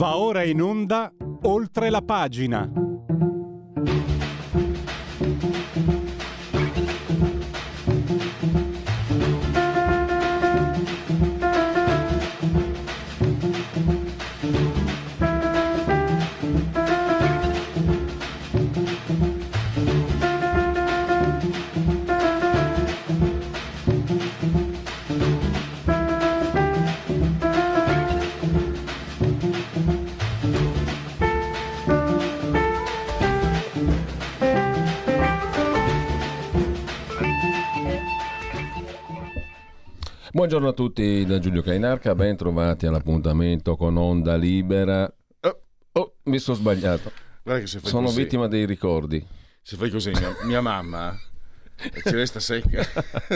Va ora in onda Oltre la pagina. Buongiorno a tutti da Giulio Cainarca, ben trovati all'appuntamento con Onda Libera. Mi sono sbagliato. Che se fai sono così, vittima dei ricordi. Se fai così, mia mamma ci resta secca.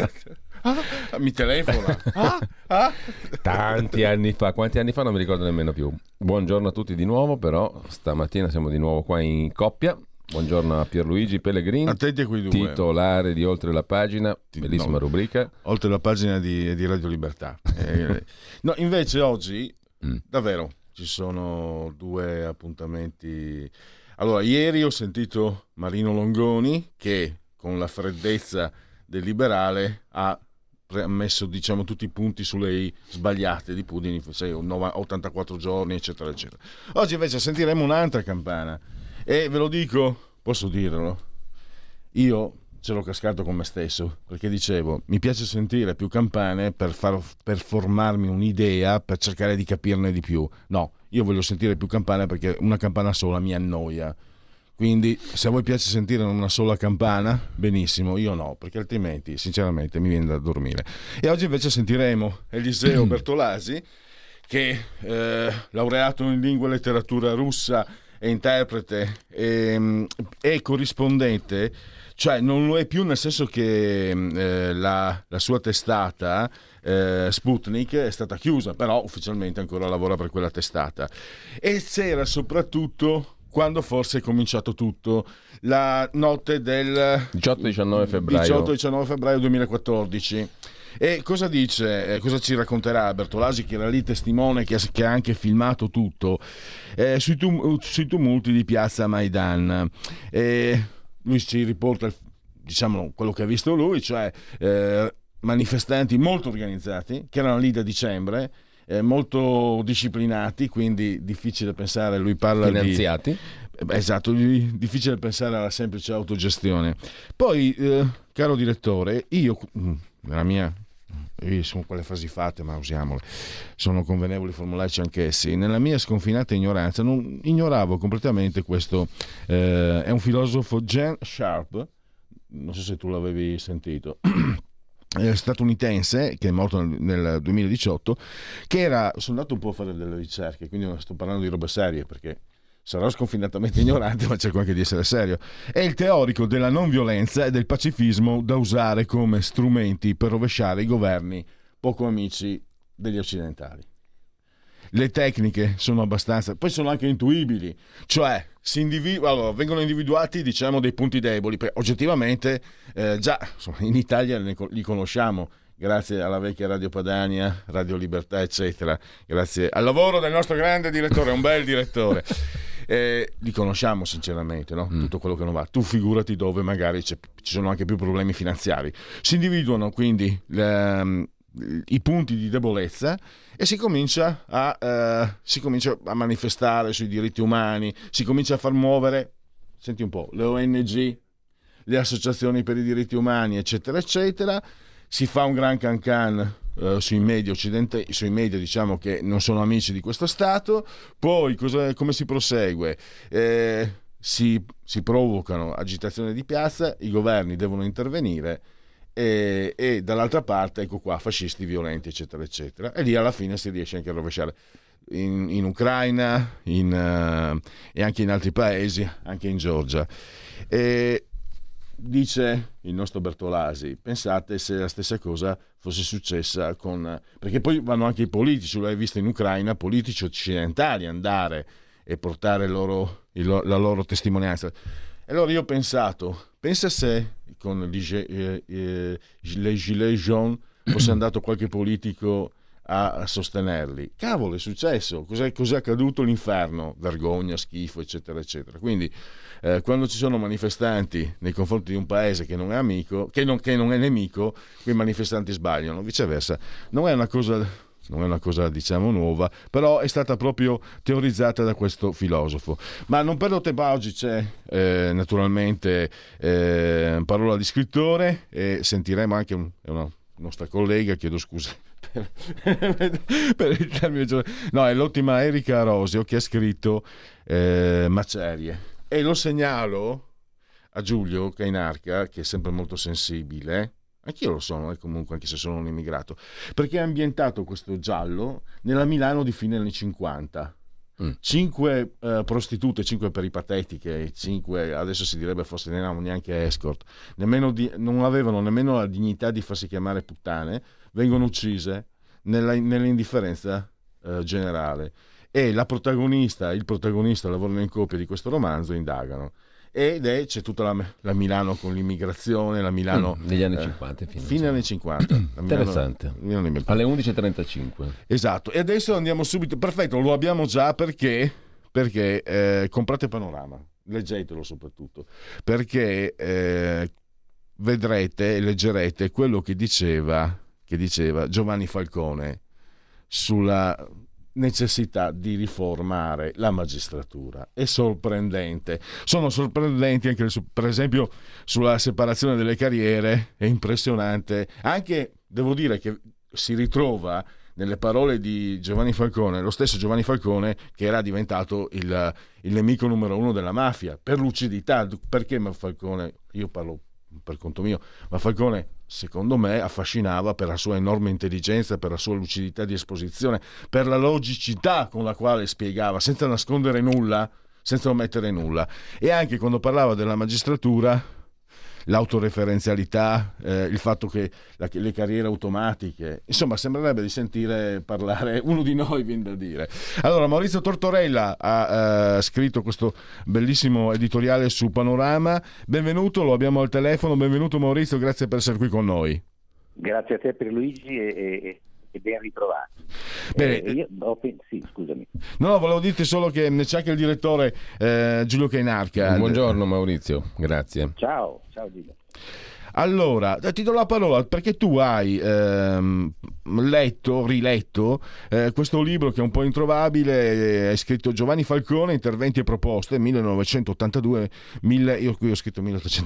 Mi telefona. Tanti anni fa, quanti anni fa non mi ricordo nemmeno più. Buongiorno a tutti di nuovo, però stamattina siamo di nuovo qua in coppia. Buongiorno a Pierluigi Pellegrini, Attenti a quei due. titolare di Oltre la pagina, bellissima rubrica. Oltre la pagina di Radio Libertà. No, invece oggi, davvero, ci sono due appuntamenti. Allora, ieri ho sentito Marino Longoni che con la freddezza del liberale ha messo, diciamo, tutti i punti sulle i sbagliate di Putin, 84 giorni, eccetera, eccetera. Oggi invece sentiremo un'altra campana. E ve lo dico, posso dirlo, io c'ero cascato con me stesso, perché dicevo, mi piace sentire più campane per formarmi un'idea, per cercare di capirne di più. No, io voglio sentire più campane perché una campana sola mi annoia. Quindi se a voi piace sentire una sola campana, benissimo, io no, perché altrimenti sinceramente mi viene da dormire. E oggi invece sentiremo Eliseo Bertolasi, che laureato in lingua e letteratura russa, è interprete e corrispondente, cioè non lo è più, nel senso che la sua testata Sputnik è stata chiusa, però ufficialmente ancora lavora per quella testata. E c'era soprattutto quando forse è cominciato tutto, la notte del 18-19 febbraio 18-19 febbraio 2014. E cosa dice, cosa ci racconterà Bertolasi, che era lì testimone, che ha anche filmato tutto, sui tumulti di piazza Maidan. Lui ci riporta, diciamo, quello che ha visto lui, cioè manifestanti molto organizzati, che erano lì da dicembre, molto disciplinati, quindi difficile pensare, lui parla finanziati. Esatto, difficile pensare alla semplice autogestione. Poi, caro direttore, io sono quelle frasi fatte, ma usiamole, sono convenevoli formularci anch'essi. Nella mia sconfinata ignoranza non ignoravo completamente questo, è un filosofo, Gene Sharp, non so se tu l'avevi sentito, statunitense, che è morto nel 2018, che sono andato un po' a fare delle ricerche, quindi non sto parlando di robe serie perché sarò sconfinatamente ignorante, ma cerco anche di essere serio. È il teorico della non violenza e del pacifismo da usare come strumenti per rovesciare i governi poco amici degli occidentali. Le tecniche sono abbastanza, poi sono anche intuibili, cioè allora, vengono individuati, diciamo, dei punti deboli, perché oggettivamente già in Italia li conosciamo, grazie alla vecchia Radio Padania, Radio Libertà, eccetera, grazie al lavoro del nostro grande direttore, un bel direttore. Li conosciamo sinceramente, no? Tutto quello che non va. Tu figurati dove magari ci sono anche più problemi finanziari. Si individuano quindi i punti di debolezza e si comincia a manifestare sui diritti umani, si comincia a far muovere, senti un po', le ONG, le associazioni per i diritti umani, eccetera, eccetera. Si fa un gran can sui media occidentali, sui media, diciamo, che non sono amici di questo Stato. Poi come si prosegue? Si provocano agitazioni di piazza, i governi devono intervenire e dall'altra parte, ecco qua, fascisti violenti, eccetera, eccetera. E lì alla fine si riesce anche a rovesciare in Ucraina e anche in altri paesi, anche in Georgia. Dice il nostro Bertolasi, pensate se la stessa cosa fosse successa perché poi vanno anche i politici, l'hai visto in Ucraina, politici occidentali andare e portare la loro testimonianza. E allora io ho pensato, pensa se con les gilets jaunes fosse andato qualche politico a sostenerli. Cavolo, è successo, cos'è accaduto? L'inferno, vergogna, schifo, eccetera eccetera. Quindi quando ci sono manifestanti nei confronti di un paese che non è amico, che non è nemico, quei manifestanti sbagliano. Viceversa, non è una cosa diciamo nuova, però è stata proprio teorizzata da questo filosofo. Ma non perdo tempo, oggi c'è naturalmente parola di scrittore, e sentiremo anche una nostra collega, chiedo scusa per il termine, no, è l'ottima Erika Rosio che ha scritto Macerie, e lo segnalo a Giulio Cainarca, che è sempre molto sensibile. Anch'io lo sono, comunque, anche se sono un immigrato, perché ha ambientato questo giallo nella Milano di fine anni 50. 5 prostitute, 5 peripatetiche, 5, adesso si direbbe forse non erano neanche escort, non avevano nemmeno la dignità di farsi chiamare puttane, vengono uccise nell'indifferenza generale, e il protagonista lavorano in coppia di questo romanzo, indagano. C'è tutta la Milano con l'immigrazione, la Milano negli anni 50, fine anni 50. Interessante. Alle 11.35. Esatto. E adesso andiamo subito. Perfetto, lo abbiamo già perché comprate Panorama, leggetelo soprattutto, perché vedrete e leggerete quello che diceva Giovanni Falcone sulla necessità di riformare la magistratura. È sorprendente. Sono sorprendenti anche per esempio sulla separazione delle carriere, è impressionante. Anche devo dire che si ritrova nelle parole di Giovanni Falcone, lo stesso Giovanni Falcone che era diventato il nemico numero uno della mafia per lucidità. Perché Falcone, io parlo per conto mio, ma Falcone secondo me affascinava per la sua enorme intelligenza, per la sua lucidità di esposizione, per la logicità con la quale spiegava, senza nascondere nulla, senza omettere nulla. E anche quando parlava della magistratura, l'autoreferenzialità, il fatto che le carriere automatiche, insomma, sembrerebbe di sentire parlare uno di noi, viene da dire. Allora, Maurizio Tortorella ha scritto questo bellissimo editoriale su Panorama. Benvenuto, lo abbiamo al telefono. Benvenuto Maurizio, grazie per essere qui con noi. Grazie a te per Luigi e ben ritrovati. Bene. Sì, scusami. No, volevo dirti solo che c'è anche il direttore Giulio Cainarca. Buongiorno Maurizio, grazie. Ciao Giulio. Allora, ti do la parola perché tu hai riletto questo libro che è un po' introvabile, hai scritto Giovanni Falcone, interventi e proposte, 1982, io qui ho scritto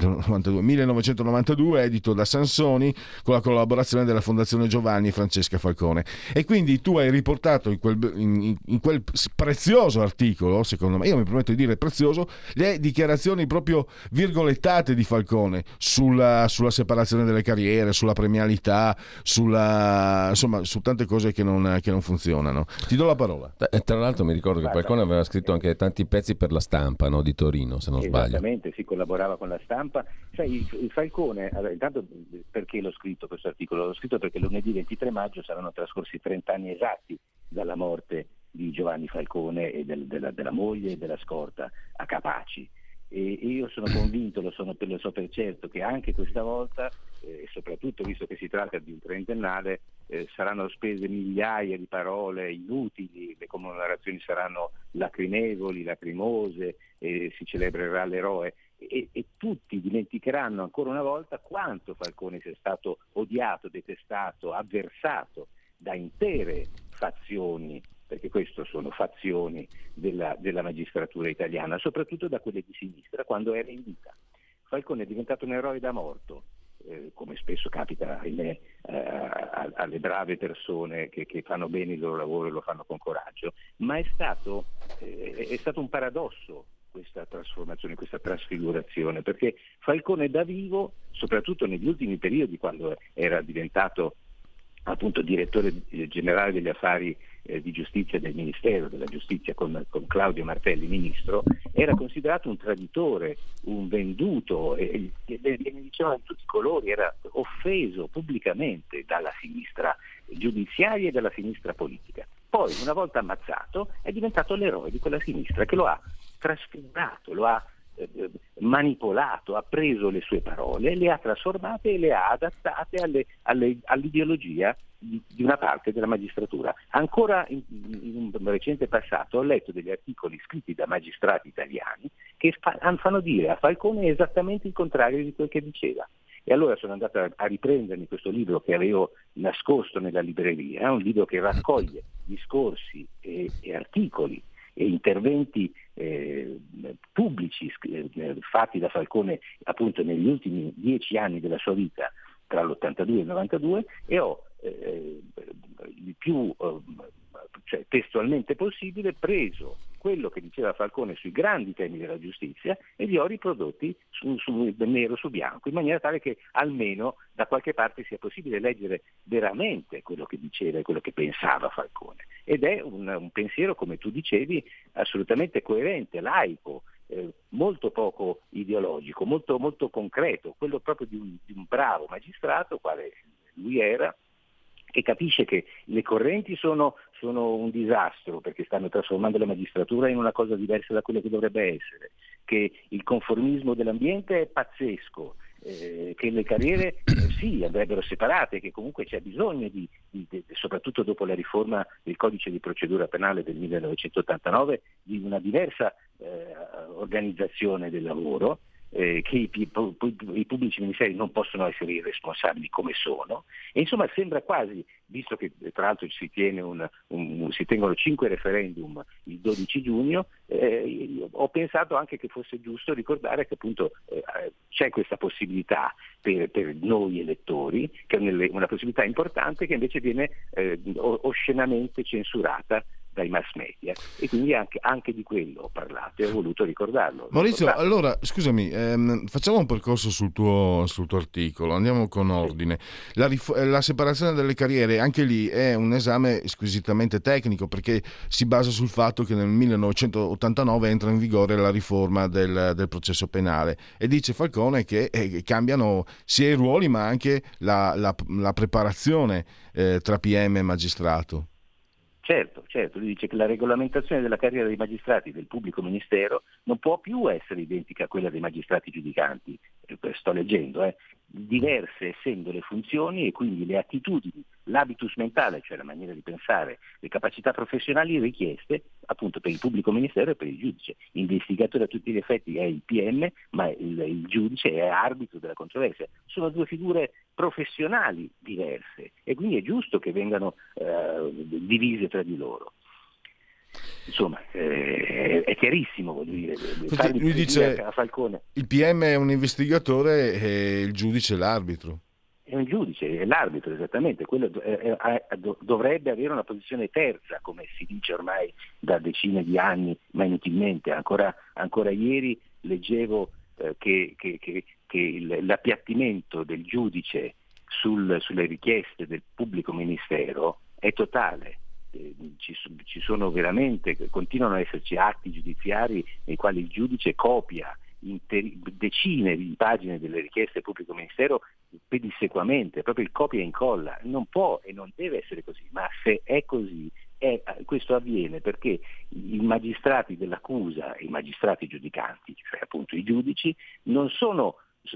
1992, edito da Sansoni, con la collaborazione della Fondazione Giovanni e Francesca Falcone. E quindi tu hai riportato in quel prezioso articolo, secondo me, io mi permetto di dire prezioso, le dichiarazioni proprio virgolettate di Falcone sulla separazione delle carriere, sulla premialità, insomma, su tante cose che non funzionano. Ti do la parola. Tra l'altro mi ricordo che Falcone aveva scritto anche tanti pezzi per La Stampa, no? Di Torino, se non sbaglio. Esattamente, si collaborava con La Stampa. Sai, il Falcone, allora, intanto perché l'ho scritto questo articolo? L'ho scritto perché lunedì 23 maggio saranno trascorsi 30 anni esatti dalla morte di Giovanni Falcone e della moglie e della scorta a Capaci. E io sono convinto, lo so per certo, che anche questa volta, soprattutto visto che si tratta di un trentennale, saranno spese migliaia di parole inutili, le commemorazioni saranno lacrimose, si celebrerà l'eroe e tutti dimenticheranno ancora una volta quanto Falcone sia stato odiato, detestato, avversato da intere fazioni, perché questo sono fazioni della magistratura italiana, soprattutto da quelle di sinistra, quando era in vita. Falcone è diventato un eroe da morto, come spesso capita alle brave persone che fanno bene il loro lavoro e lo fanno con coraggio, ma è stato un paradosso questa trasformazione, questa trasfigurazione, perché Falcone da vivo, soprattutto negli ultimi periodi, quando era diventato appunto direttore generale degli affari di giustizia del Ministero della Giustizia con Claudio Martelli ministro, era considerato un traditore, un venduto, e ne diceva in tutti i colori, era offeso pubblicamente dalla sinistra giudiziaria e dalla sinistra politica. Poi, una volta ammazzato, è diventato l'eroe di quella sinistra che lo ha trasfigurato, lo ha manipolato, ha preso le sue parole, le ha trasformate e le ha adattate all'ideologia di una parte della magistratura. Ancora in un recente passato ho letto degli articoli scritti da magistrati italiani che fanno dire a Falcone esattamente il contrario di quel che diceva. E allora sono andato a riprendermi questo libro che avevo nascosto nella libreria, un libro che raccoglie discorsi e articoli e interventi pubblici fatti da Falcone appunto negli ultimi 10 anni della sua vita, tra l'82 e il 92, e ho il più testualmente possibile preso quello che diceva Falcone sui grandi temi della giustizia e li ho riprodotti nero su bianco, in maniera tale che almeno da qualche parte sia possibile leggere veramente quello che diceva e quello che pensava Falcone. Ed è un pensiero, come tu dicevi, assolutamente coerente, laico, molto poco ideologico, molto, molto concreto, quello proprio di un bravo magistrato, quale lui era, che capisce che le correnti sono un disastro perché stanno trasformando la magistratura in una cosa diversa da quello che dovrebbe essere, che il conformismo dell'ambiente è pazzesco, che le carriere sì andrebbero separate, che comunque c'è bisogno soprattutto dopo la riforma del codice di procedura penale del 1989, di una diversa organizzazione del lavoro, che i pubblici ministeri non possono essere irresponsabili come sono, e insomma sembra quasi, visto che tra l'altro si tengono 5 referendum il 12 giugno, ho pensato anche che fosse giusto ricordare che appunto c'è questa possibilità per noi elettori, che è una possibilità importante che invece viene oscenamente censurata dai mass media, e quindi anche di quello ho parlato e ho voluto ricordarlo. Maurizio, allora scusami, facciamo un percorso sul tuo articolo, andiamo con ordine. La separazione delle carriere, anche lì è un esame squisitamente tecnico, perché si basa sul fatto che nel 1989 entra in vigore la riforma del processo penale, e dice Falcone che cambiano sia i ruoli ma anche la preparazione tra PM e magistrato. Certo, lui dice che la regolamentazione della carriera dei magistrati del pubblico ministero non può più essere identica a quella dei magistrati giudicanti, sto leggendo, diverse essendo le funzioni e quindi le attitudini, l'habitus mentale, cioè la maniera di pensare, le capacità professionali richieste appunto per il pubblico ministero e per il giudice. L'investigatore a tutti gli effetti è il PM, ma il giudice è arbitro della controversia. Sono due figure professionali diverse e quindi è giusto che vengano divise tra di loro. Insomma, è chiarissimo, voglio dire. Lui dice a Falcone, il PM è un investigatore e il giudice è l'arbitro. È un giudice, è l'arbitro, esattamente. Quello dovrebbe avere una posizione terza, come si dice ormai da decine di anni, ma inutilmente. Ancora ieri leggevo che l'appiattimento del giudice sulle richieste del pubblico ministero è totale. Ci sono veramente, continuano ad esserci atti giudiziari nei quali il giudice copia decine di pagine delle richieste del pubblico ministero pedissequamente, proprio il copia e incolla. Non può e non deve essere così, ma se è così, questo avviene perché i magistrati dell'accusa e i magistrati giudicanti, cioè appunto i giudici, non sono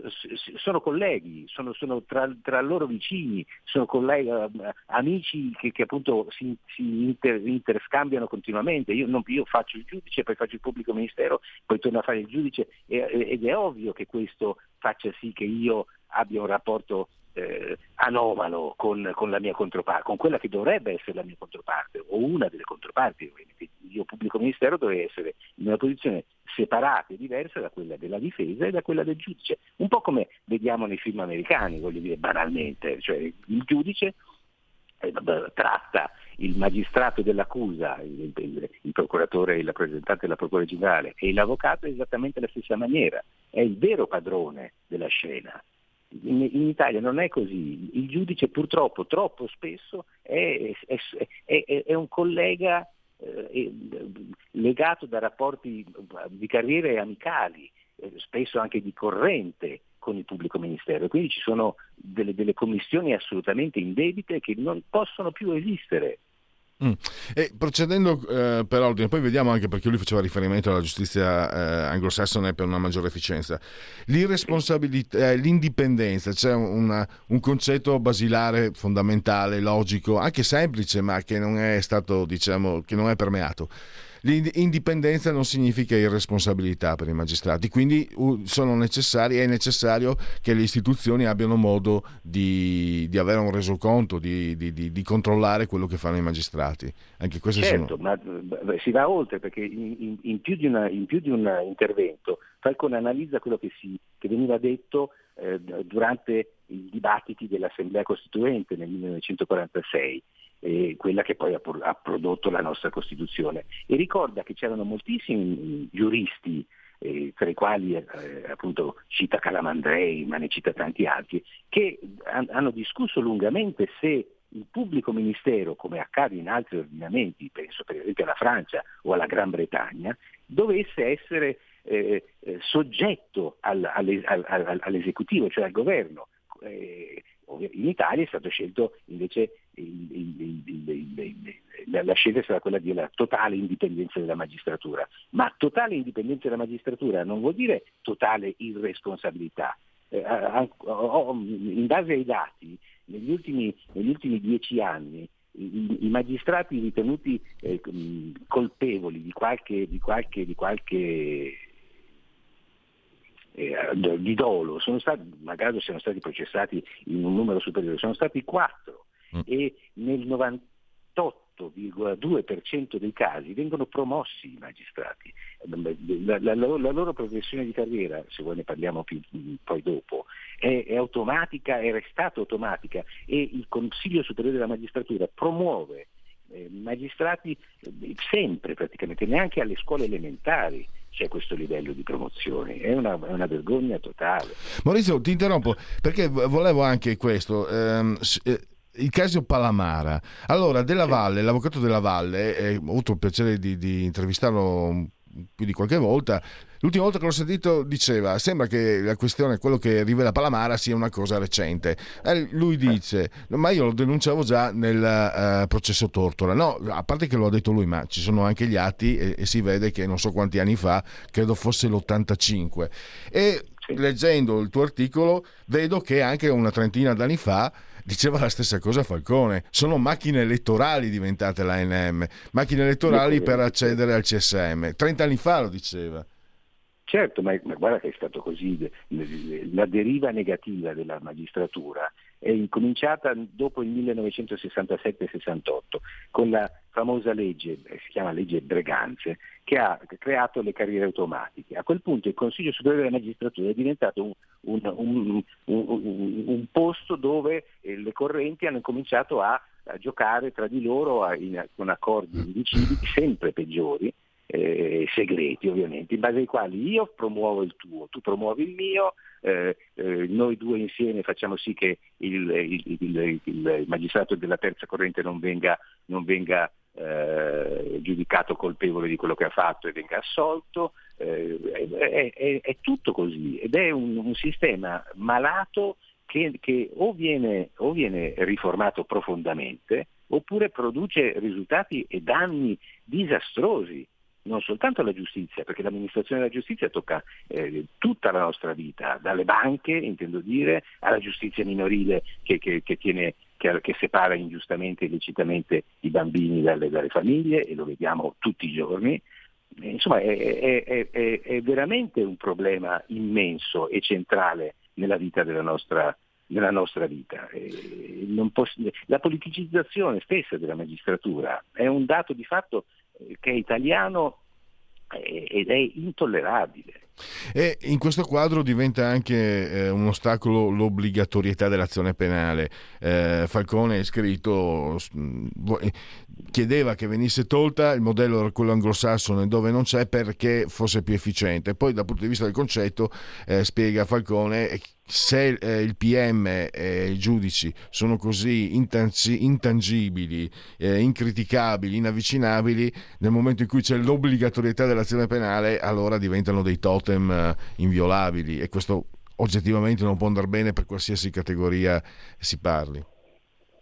colleghi, sono tra loro vicini, sono colleghi, amici che appunto si interscambiano continuamente. Io faccio il giudice, poi faccio il pubblico ministero, poi torno a fare il giudice, ed è ovvio che questo faccia sì che io abbia un rapporto anomalo con la mia controparte, con quella che dovrebbe essere la mia controparte o una delle controparti. Io pubblico ministero dovrei essere in una posizione separata e diversa da quella della difesa e da quella del giudice, un po' come vediamo nei film americani, voglio dire, banalmente, cioè il giudice tratta il magistrato dell'accusa, il procuratore, il rappresentante della procura generale e l'avvocato esattamente alla stessa maniera, è il vero padrone della scena. In Italia non è così, il giudice purtroppo troppo spesso è un collega legato da rapporti di carriere amicali, spesso anche di corrente con il pubblico ministero, e quindi ci sono delle commissioni assolutamente indebite che non possono più esistere. E procedendo per ordine, poi vediamo anche perché lui faceva riferimento alla giustizia anglosassone per una maggiore efficienza. L'irresponsabilità, l'indipendenza, c'è un concetto basilare, fondamentale, logico, anche semplice, ma che non è stato, diciamo, che non è permeato. L'indipendenza non significa irresponsabilità per i magistrati, quindi è necessario che le istituzioni abbiano modo di avere un resoconto, di controllare quello che fanno i magistrati. Anche questo certo, ma si va oltre, perché in più di un intervento Falcone analizza quello che veniva detto durante i dibattiti dell'Assemblea Costituente nel 1946. Quella che poi ha prodotto la nostra Costituzione, e ricorda che c'erano moltissimi giuristi, tra i quali appunto cita Calamandrei, ma ne cita tanti altri, che hanno discusso lungamente se il pubblico ministero, come accade in altri ordinamenti, penso per esempio alla Francia o alla Gran Bretagna, dovesse essere soggetto all'esecutivo, cioè al governo. In Italia è stato scelto invece la scelta è stata quella della totale indipendenza della magistratura, ma totale indipendenza della magistratura non vuol dire totale irresponsabilità. In base ai dati, negli ultimi 10 anni i magistrati ritenuti colpevoli di qualche di dolo magari siano stati processati in un numero superiore, sono stati 4 e nel 98,2% dei casi vengono promossi i magistrati. La loro progressione di carriera, se voi ne parliamo poi dopo, è automatica, è restata automatica, e il Consiglio Superiore della Magistratura promuove magistrati sempre, praticamente, neanche alle scuole elementari c'è questo livello di promozione, è una vergogna totale. Maurizio, ti interrompo perché volevo anche questo, il caso Palamara. Allora, Della Valle, l'avvocato Della Valle, ho avuto il piacere di intervistarlo più di qualche volta. L'ultima volta che l'ho sentito diceva: sembra che la questione, quello che rivela Palamara, sia una cosa recente. Lui dice: ma io lo denunciavo già nel processo Tortora. No, a parte che lo ha detto lui, ma ci sono anche gli atti e si vede che non so quanti anni fa, credo fosse l'85, e leggendo il tuo articolo vedo che anche una trentina d'anni fa diceva la stessa cosa Falcone. Sono macchine elettorali diventate l'ANM, macchine elettorali per accedere al CSM. 30 anni fa lo diceva. Certo, ma guarda che è stato così. La deriva negativa della magistratura è incominciata dopo il 1967-68 con la famosa legge, si chiama legge Breganze, che ha creato le carriere automatiche. A quel punto il Consiglio Superiore della Magistratura è diventato un posto dove le correnti hanno cominciato a giocare tra di loro con accordi indicibili sempre peggiori, segreti ovviamente, in base ai quali io promuovo il tuo, tu promuovi il mio, noi due insieme facciamo sì che il magistrato della terza corrente non venga giudicato colpevole di quello che ha fatto e venga assolto. È tutto così, ed è un sistema malato che o viene riformato profondamente, oppure produce risultati e danni disastrosi non soltanto alla giustizia, perché l'amministrazione della giustizia tocca tutta la nostra vita, dalle banche, intendo dire, alla giustizia minorile che separa ingiustamente e illecitamente i bambini dalle famiglie, e lo vediamo tutti i giorni. Insomma, è veramente un problema immenso e centrale nella vita della nostra vita. La politicizzazione stessa della magistratura è un dato di fatto che è italiano ed è intollerabile. E in questo quadro diventa anche un ostacolo l'obbligatorietà dell'azione penale. Falcone è scritto, chiedeva che venisse tolta, il modello era quello anglosassone dove non c'è, perché fosse più efficiente. Poi dal punto di vista del concetto spiega Falcone, se il PM e i giudici sono così intangibili, incriticabili, inavvicinabili, nel momento in cui c'è l'obbligatorietà dell'azione penale, allora diventano dei totem inviolabili, e questo oggettivamente non può andare bene per qualsiasi categoria si parli.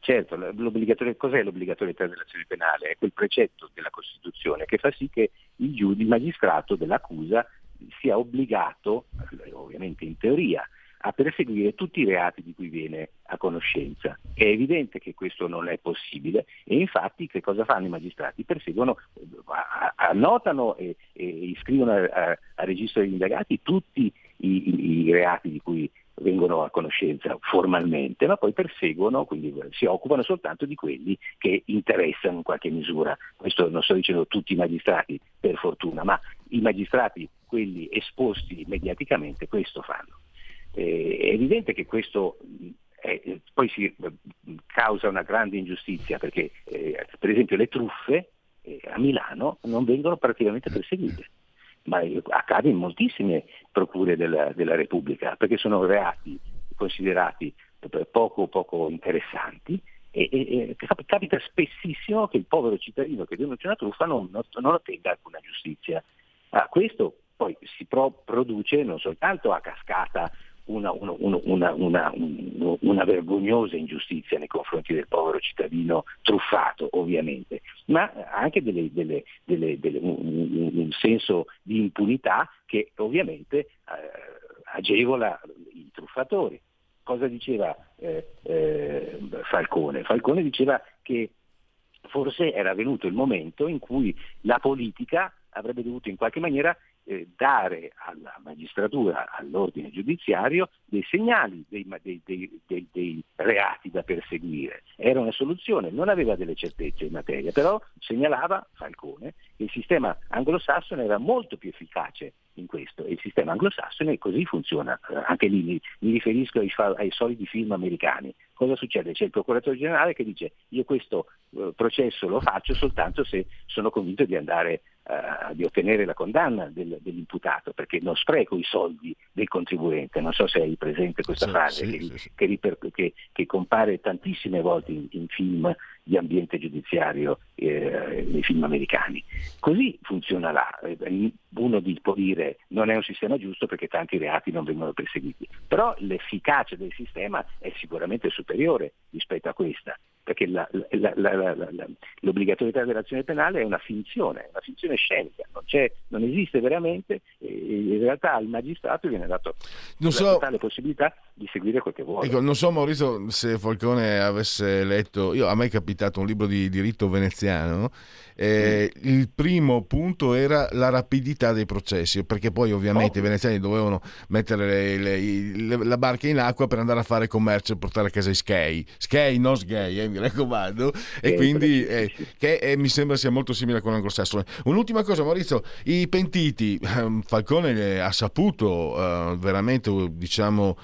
Certo, cos'è l'obbligatorietà dell'azione penale? È quel precetto della Costituzione che fa sì che il magistrato dell'accusa sia obbligato, ovviamente in teoria, a perseguire tutti i reati di cui viene a conoscenza. È evidente che questo non è possibile e infatti che cosa fanno i magistrati? Perseguono, annotano e iscrivono a registro degli indagati tutti i reati di cui vengono a conoscenza formalmente, ma poi perseguono, quindi si occupano soltanto di quelli che interessano in qualche misura. Questo non sto dicendo tutti i magistrati, per fortuna, ma i magistrati, quelli esposti mediaticamente, questo fanno. È evidente che questo poi si causa una grande ingiustizia perché per esempio le truffe a Milano non vengono praticamente perseguite, ma accade in moltissime procure della Repubblica perché sono reati considerati poco interessanti e capita spessissimo che il povero cittadino che denuncia una truffa non ottenga alcuna giustizia. Questo poi si produce non soltanto a cascata una vergognosa ingiustizia nei confronti del povero cittadino truffato, ovviamente, ma anche un senso di impunità che ovviamente agevola i truffatori. Cosa diceva Falcone? Falcone diceva che forse era venuto il momento in cui la politica avrebbe dovuto in qualche maniera dare alla magistratura, all'ordine giudiziario, dei segnali dei reati da perseguire. Era una soluzione, non aveva delle certezze in materia, però segnalava Falcone che il sistema anglosassone era molto più efficace in questo, e il sistema anglosassone così funziona. Anche lì mi riferisco ai soliti film americani. Cosa succede? C'è il procuratore generale che dice: io questo processo lo faccio soltanto se sono convinto di andare di ottenere la condanna dell'imputato, perché non spreco i soldi del contribuente. Non so se hai presente questa frase che compare tantissime volte in film di ambiente giudiziario nei film americani. Così funziona là. Uno può dire non è un sistema giusto perché tanti reati non vengono perseguiti, però l'efficacia del sistema è sicuramente superiore rispetto a questa, perché l'obbligatorietà dell'azione penale è una finzione scenica, non esiste veramente, e in realtà al magistrato viene dato la totale possibilità di seguire quel che vuole. Ecco, non so Maurizio se Falcone avesse letto, a me è capitato un libro di diritto veneziano, il primo punto era la rapidità dei processi, perché poi ovviamente i veneziani dovevano mettere la barca in acqua per andare a fare commercio e portare a casa i skei, non sgay, mi raccomando, e quindi mi sembra sia molto simile a quello anglosassone. Un'ultima cosa Maurizio, i pentiti, Falcone ha saputo veramente diciamo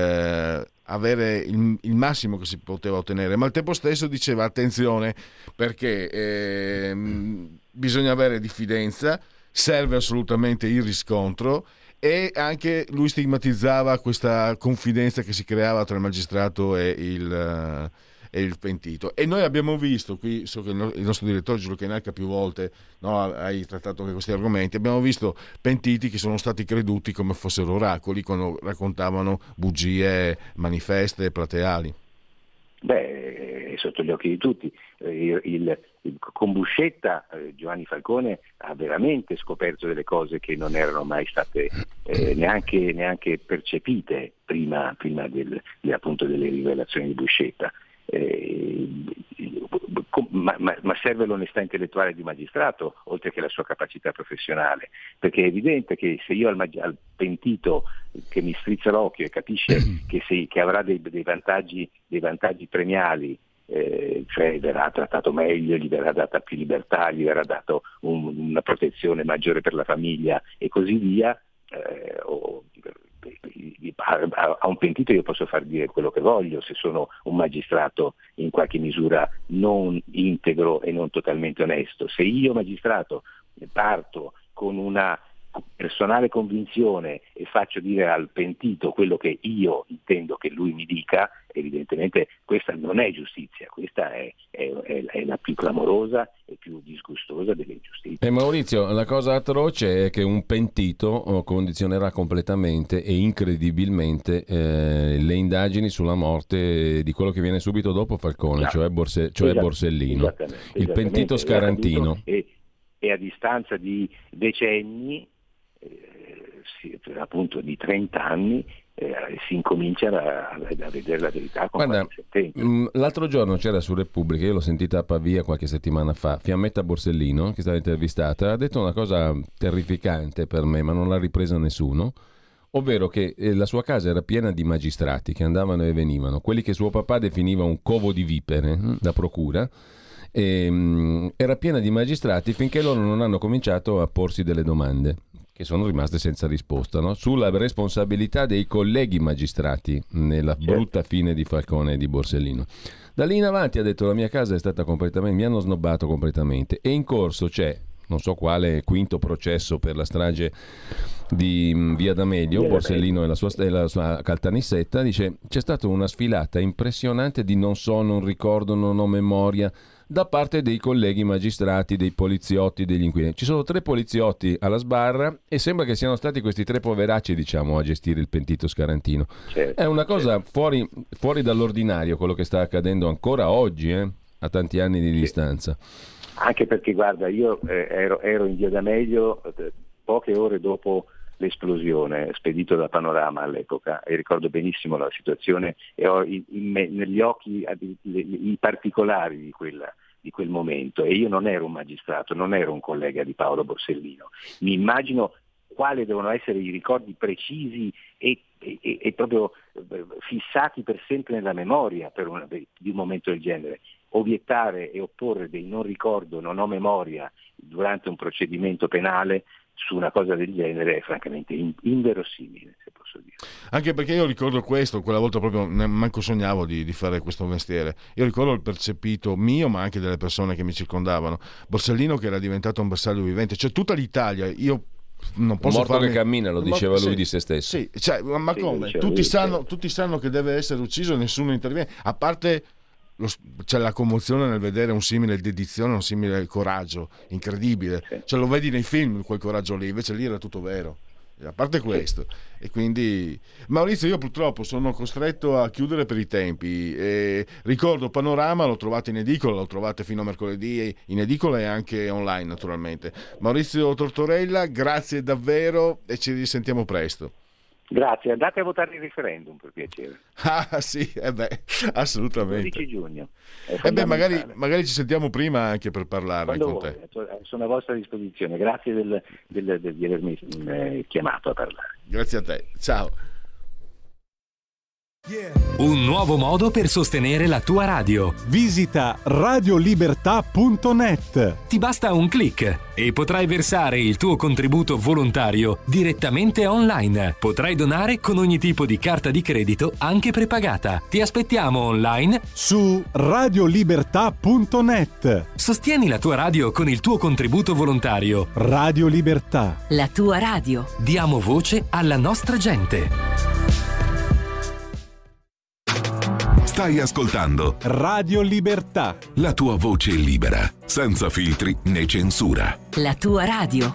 avere il massimo che si poteva ottenere, ma al tempo stesso diceva attenzione perché bisogna avere diffidenza, serve assolutamente il riscontro, e anche lui stigmatizzava questa confidenza che si creava tra il magistrato e il pentito. E noi abbiamo visto qui, so che il nostro direttore Giulio Cainarca più volte hai trattato anche questi argomenti, abbiamo visto pentiti che sono stati creduti come fossero oracoli quando raccontavano bugie manifeste e plateali. È sotto gli occhi di tutti. Con Buscetta Giovanni Falcone ha veramente scoperto delle cose che non erano mai state neanche percepite prima appunto delle rivelazioni di Buscetta. Ma serve l'onestà intellettuale di magistrato oltre che la sua capacità professionale, perché è evidente che se io al pentito che mi strizza l'occhio e capisce che avrà dei vantaggi premiali, cioè verrà trattato meglio, gli verrà data più libertà, gli verrà dato una protezione maggiore per la famiglia e così via, a un pentito io posso far dire quello che voglio se sono un magistrato in qualche misura non integro e non totalmente onesto. Se io magistrato parto con una personale convinzione e faccio dire al pentito quello che io intendo che lui mi dica, evidentemente questa non è giustizia, questa è la più clamorosa e più disgustosa delle ingiustizie. E Maurizio, la cosa atroce è che un pentito condizionerà completamente e incredibilmente le indagini sulla morte di quello che viene subito dopo Falcone, cioè Borsellino, il pentito Scarantino. E a distanza di decenni, appunto di 30 anni, si incomincia a vedere la verità con qualche sentenza. L'altro giorno c'era su Repubblica, io l'ho sentita a Pavia qualche settimana fa, Fiammetta Borsellino, che è stata intervistata, ha detto una cosa terrificante per me, ma non l'ha ripresa nessuno, ovvero che la sua casa era piena di magistrati che andavano e venivano, quelli che suo papà definiva un covo di vipere, da procura. Era piena di magistrati finché loro non hanno cominciato a porsi delle domande che sono rimaste senza risposta, no? Sulla responsabilità dei colleghi magistrati nella brutta fine di Falcone e di Borsellino. Da lì in avanti ha detto: la mia casa è stata completamente, mi hanno snobbato completamente, e in corso c'è non so quale quinto processo per la strage di Via D'Amelio. Borsellino e la sua Caltanissetta, dice: c'è stata una sfilata impressionante di non so, non ricordo, non ho memoria da parte dei colleghi magistrati, dei poliziotti, degli inquirenti. Ci sono 3 poliziotti alla sbarra e sembra che siano stati questi 3 poveracci, diciamo, a gestire il pentito Scarantino. È una cosa fuori dall'ordinario quello che sta accadendo ancora oggi, a tanti anni di distanza. Anche perché, guarda, io ero in Via D'Amelio poche ore dopo l'esplosione, spedito da Panorama all'epoca, e ricordo benissimo la situazione e ho negli occhi i particolari di quel momento, e io non ero un magistrato, non ero un collega di Paolo Borsellino. Mi immagino quali devono essere i ricordi precisi e proprio fissati per sempre nella memoria di un momento del genere. Obiettare e opporre dei non ricordo, non ho memoria durante un procedimento penale su una cosa del genere è francamente inverosimile, se posso dire. Anche perché io ricordo questo, quella volta proprio manco sognavo di fare questo mestiere. Io ricordo il percepito mio, ma anche delle persone che mi circondavano. Borsellino che era diventato un bersaglio vivente, cioè tutta l'Italia, io non posso morto farmi... che cammina, lo diceva lui di se stesso. Sì, cioè, ma come? Tutti sanno che deve essere ucciso e nessuno interviene, a parte c'è la commozione nel vedere un simile dedizione, un simile coraggio incredibile, cioè lo vedi nei film quel coraggio lì, invece lì era tutto vero, a parte questo. E quindi Maurizio, io purtroppo sono costretto a chiudere per i tempi, ricordo Panorama lo trovate in edicola, lo trovate fino a mercoledì in edicola e anche online naturalmente. Maurizio Tortorella, grazie davvero e ci risentiamo presto. Grazie, andate a votare il referendum per piacere. Ah sì, assolutamente. 12 giugno. Magari ci sentiamo prima anche per parlarne con te. Sono a vostra disposizione, grazie di avermi chiamato a parlare. Grazie a te, ciao. Un nuovo modo per sostenere la tua radio. Visita radiolibertà.net. Ti basta un click e potrai versare il tuo contributo volontario direttamente online. Potrai donare con ogni tipo di carta di credito, anche prepagata. Ti aspettiamo online su radiolibertà.net. Sostieni la tua radio con il tuo contributo volontario. Radio Libertà. La tua radio. Diamo voce alla nostra gente. Stai ascoltando Radio Libertà. La tua voce libera, senza filtri né censura. La tua radio.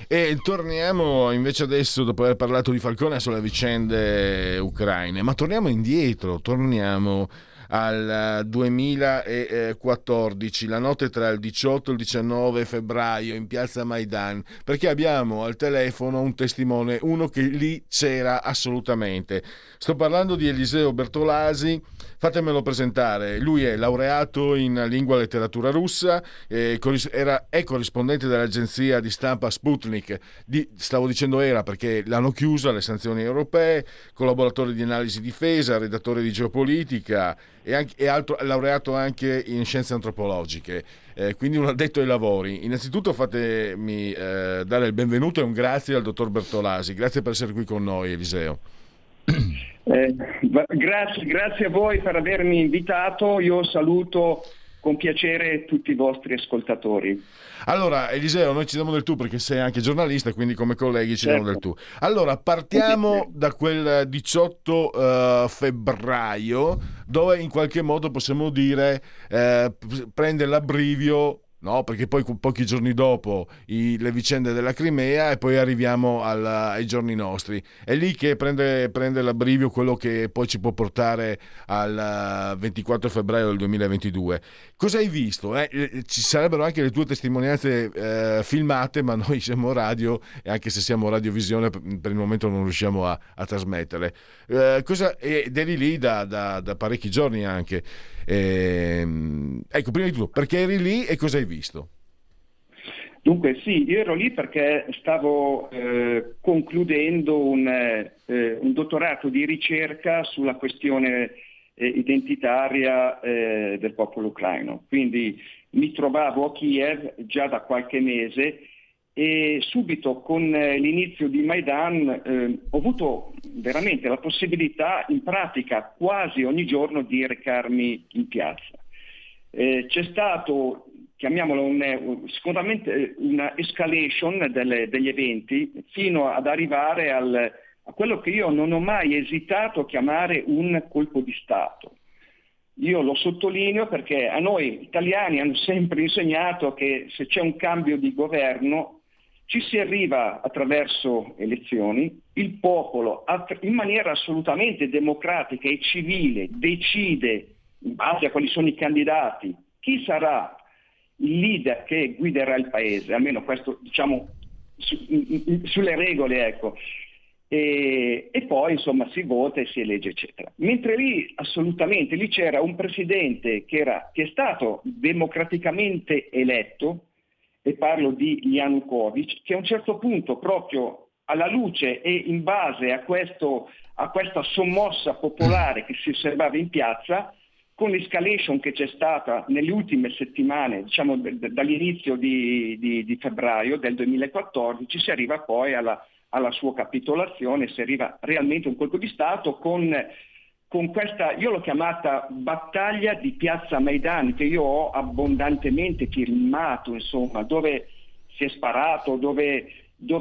E torniamo invece adesso, dopo aver parlato di Falcone, sulle vicende ucraine, ma torniamo indietro, torniamo al 2014, la notte tra il 18 e il 19 febbraio in piazza Maidan, perché abbiamo al telefono un testimone, uno che lì c'era assolutamente. Sto parlando di Eliseo Bertolasi, fatemelo presentare. Lui è laureato in lingua e letteratura russa, è corrispondente dell'agenzia di stampa Sputnik, stavo dicendo era perché l'hanno chiusa le sanzioni europee, collaboratore di analisi difesa, redattore di geopolitica e laureato anche in scienze antropologiche, quindi un addetto ai lavori. Innanzitutto fatemi dare il benvenuto e un grazie al dottor Bertolasi. Grazie per essere qui con noi, Eliseo. Grazie a voi per avermi invitato. Io saluto con piacere tutti i vostri ascoltatori. Allora, Eliseo, noi ci diamo del tu perché sei anche giornalista, quindi come colleghi ci diamo del tu. Allora, partiamo da quel 18 febbraio, dove in qualche modo possiamo dire prende l'abbrivio, no? Perché poi pochi giorni dopo le vicende della Crimea e poi arriviamo ai giorni nostri. È lì che prende l'abbrivio quello che poi ci può portare al 24 febbraio del 2022. Cosa hai visto? Ci sarebbero anche le tue testimonianze filmate, ma noi siamo radio e anche se siamo radiovisione per il momento non riusciamo a trasmettere. Ed eri lì da parecchi giorni anche. Ecco, prima di tutto, perché eri lì e cosa hai visto? Dunque sì, io ero lì perché stavo concludendo un dottorato di ricerca sulla questione identitaria del popolo ucraino. Quindi mi trovavo a Kiev già da qualche mese e subito con l'inizio di Maidan ho avuto veramente la possibilità in pratica quasi ogni giorno di recarmi in piazza. C'è stato, chiamiamolo sicuramente una escalation degli eventi fino ad arrivare a quello che io non ho mai esitato a chiamare un colpo di Stato. Io lo sottolineo perché a noi italiani hanno sempre insegnato che se c'è un cambio di governo ci si arriva attraverso elezioni, il popolo in maniera assolutamente democratica e civile decide in base a quali sono i candidati chi sarà il leader che guiderà il paese, almeno questo diciamo sulle regole, ecco. E poi insomma si vota e si elegge eccetera. Mentre lì assolutamente lì c'era un presidente che è stato democraticamente eletto, e parlo di Yanukovych, che a un certo punto proprio alla luce e in base a questa sommossa popolare che si osservava in piazza, con l'escalation che c'è stata nelle ultime settimane, diciamo dall'inizio di febbraio del 2014, si arriva poi alla sua capitolazione, si arriva realmente a un colpo di Stato con questa, io l'ho chiamata battaglia di piazza Maidan, che io ho abbondantemente filmato, insomma, dove si è sparato, dove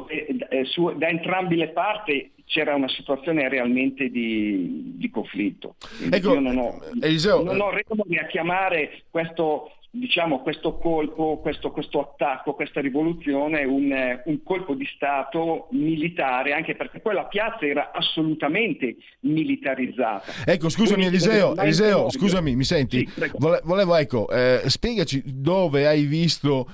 da entrambe le parti c'era una situazione realmente di conflitto. Ecco, io non ho regole a chiamare questo colpo, questo attacco, questa rivoluzione un colpo di Stato militare, anche perché poi la piazza era assolutamente militarizzata. Ecco, scusami Eliseo, scusami, mi senti? Sì, volevo spiegaci dove hai visto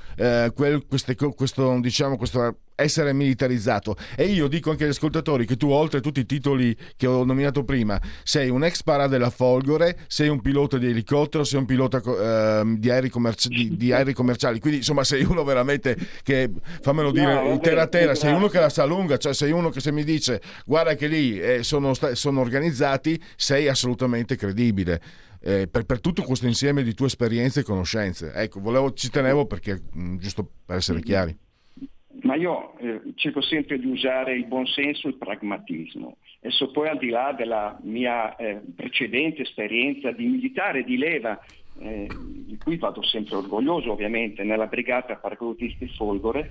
questo essere militarizzato. E io dico anche agli ascoltatori che tu, oltre a tutti i titoli che ho nominato prima, sei un ex para della Folgore, sei un pilota di elicottero, sei un pilota di aerei commerciali, quindi insomma sei uno veramente che, fammelo dire, terra, sei uno che la sa lunga, cioè sei uno che se mi dice guarda che lì sono organizzati, sei assolutamente credibile. Per tutto questo insieme di tue esperienze e conoscenze. Ecco, ci tenevo perché giusto per essere chiari. Ma io cerco sempre di usare il buonsenso e il pragmatismo. Adesso poi, al di là della mia precedente esperienza di militare di leva, di cui vado sempre orgoglioso ovviamente, nella brigata paracadutisti Folgore,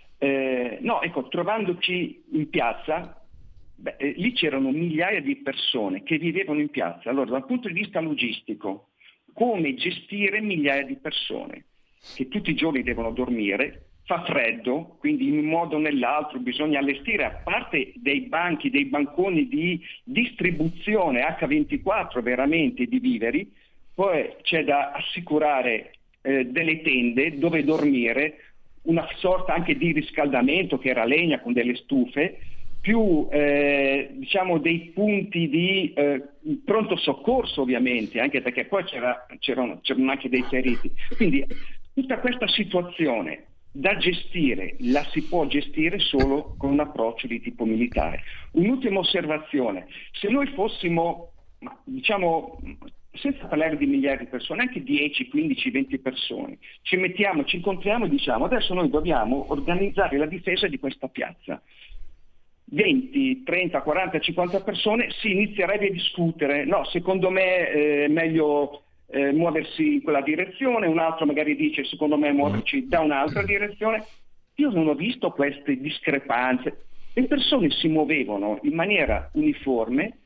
trovandoci in piazza, lì c'erano migliaia di persone che vivevano in piazza. Allora, dal punto di vista logistico, come gestire migliaia di persone che tutti i giorni devono dormire, fa freddo, quindi in un modo o nell'altro bisogna allestire, a parte dei banchi, dei banconi di distribuzione H24 veramente di viveri, poi c'è da assicurare delle tende dove dormire, una sorta anche di riscaldamento che era legna con delle stufe, più diciamo dei punti di pronto soccorso ovviamente, anche perché poi c'erano anche dei feriti. Quindi tutta questa situazione da gestire la si può gestire solo con un approccio di tipo militare. Un'ultima osservazione: se noi fossimo, diciamo, senza parlare di migliaia di persone, anche 10, 15, 20 persone, ci incontriamo e diciamo adesso noi dobbiamo organizzare la difesa di questa piazza. 20, 30, 40, 50 persone, si inizierebbe a discutere. No, secondo me è meglio muoversi in quella direzione, un altro magari dice secondo me muoverci da un'altra direzione. Io non ho visto queste discrepanze. Le persone si muovevano in maniera uniforme,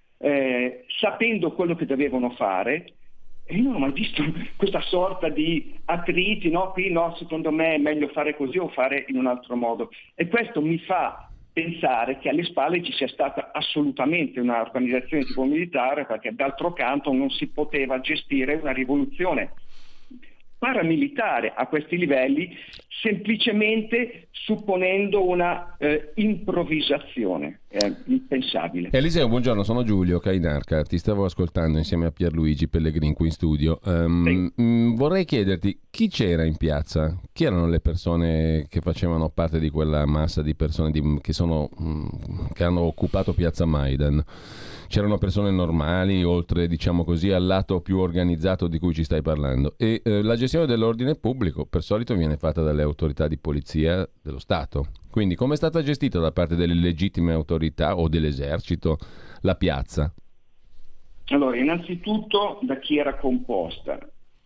sapendo quello che dovevano fare, e io non ho mai visto questa sorta di attriti, no, qui no, secondo me è meglio fare così o fare in un altro modo. E questo mi fa pensare che alle spalle ci sia stata assolutamente una organizzazione tipo militare, perché d'altro canto non si poteva gestire una rivoluzione paramilitare a questi livelli semplicemente supponendo una improvvisazione impensabile. Eliseo, buongiorno, sono Giulio Cainarca, ti stavo ascoltando insieme a Pierluigi Pellegrin qui in studio. Vorrei chiederti chi c'era in piazza, chi erano le persone che facevano parte di quella massa di persone che hanno occupato piazza Maidan. C'erano persone normali, oltre, diciamo così, al lato più organizzato di cui ci stai parlando. E la gestione dell'ordine pubblico per solito viene fatta dalle autorità di polizia dello Stato. Quindi come è stata gestita da parte delle legittime autorità o dell'esercito la piazza? Allora, innanzitutto da chi era composta?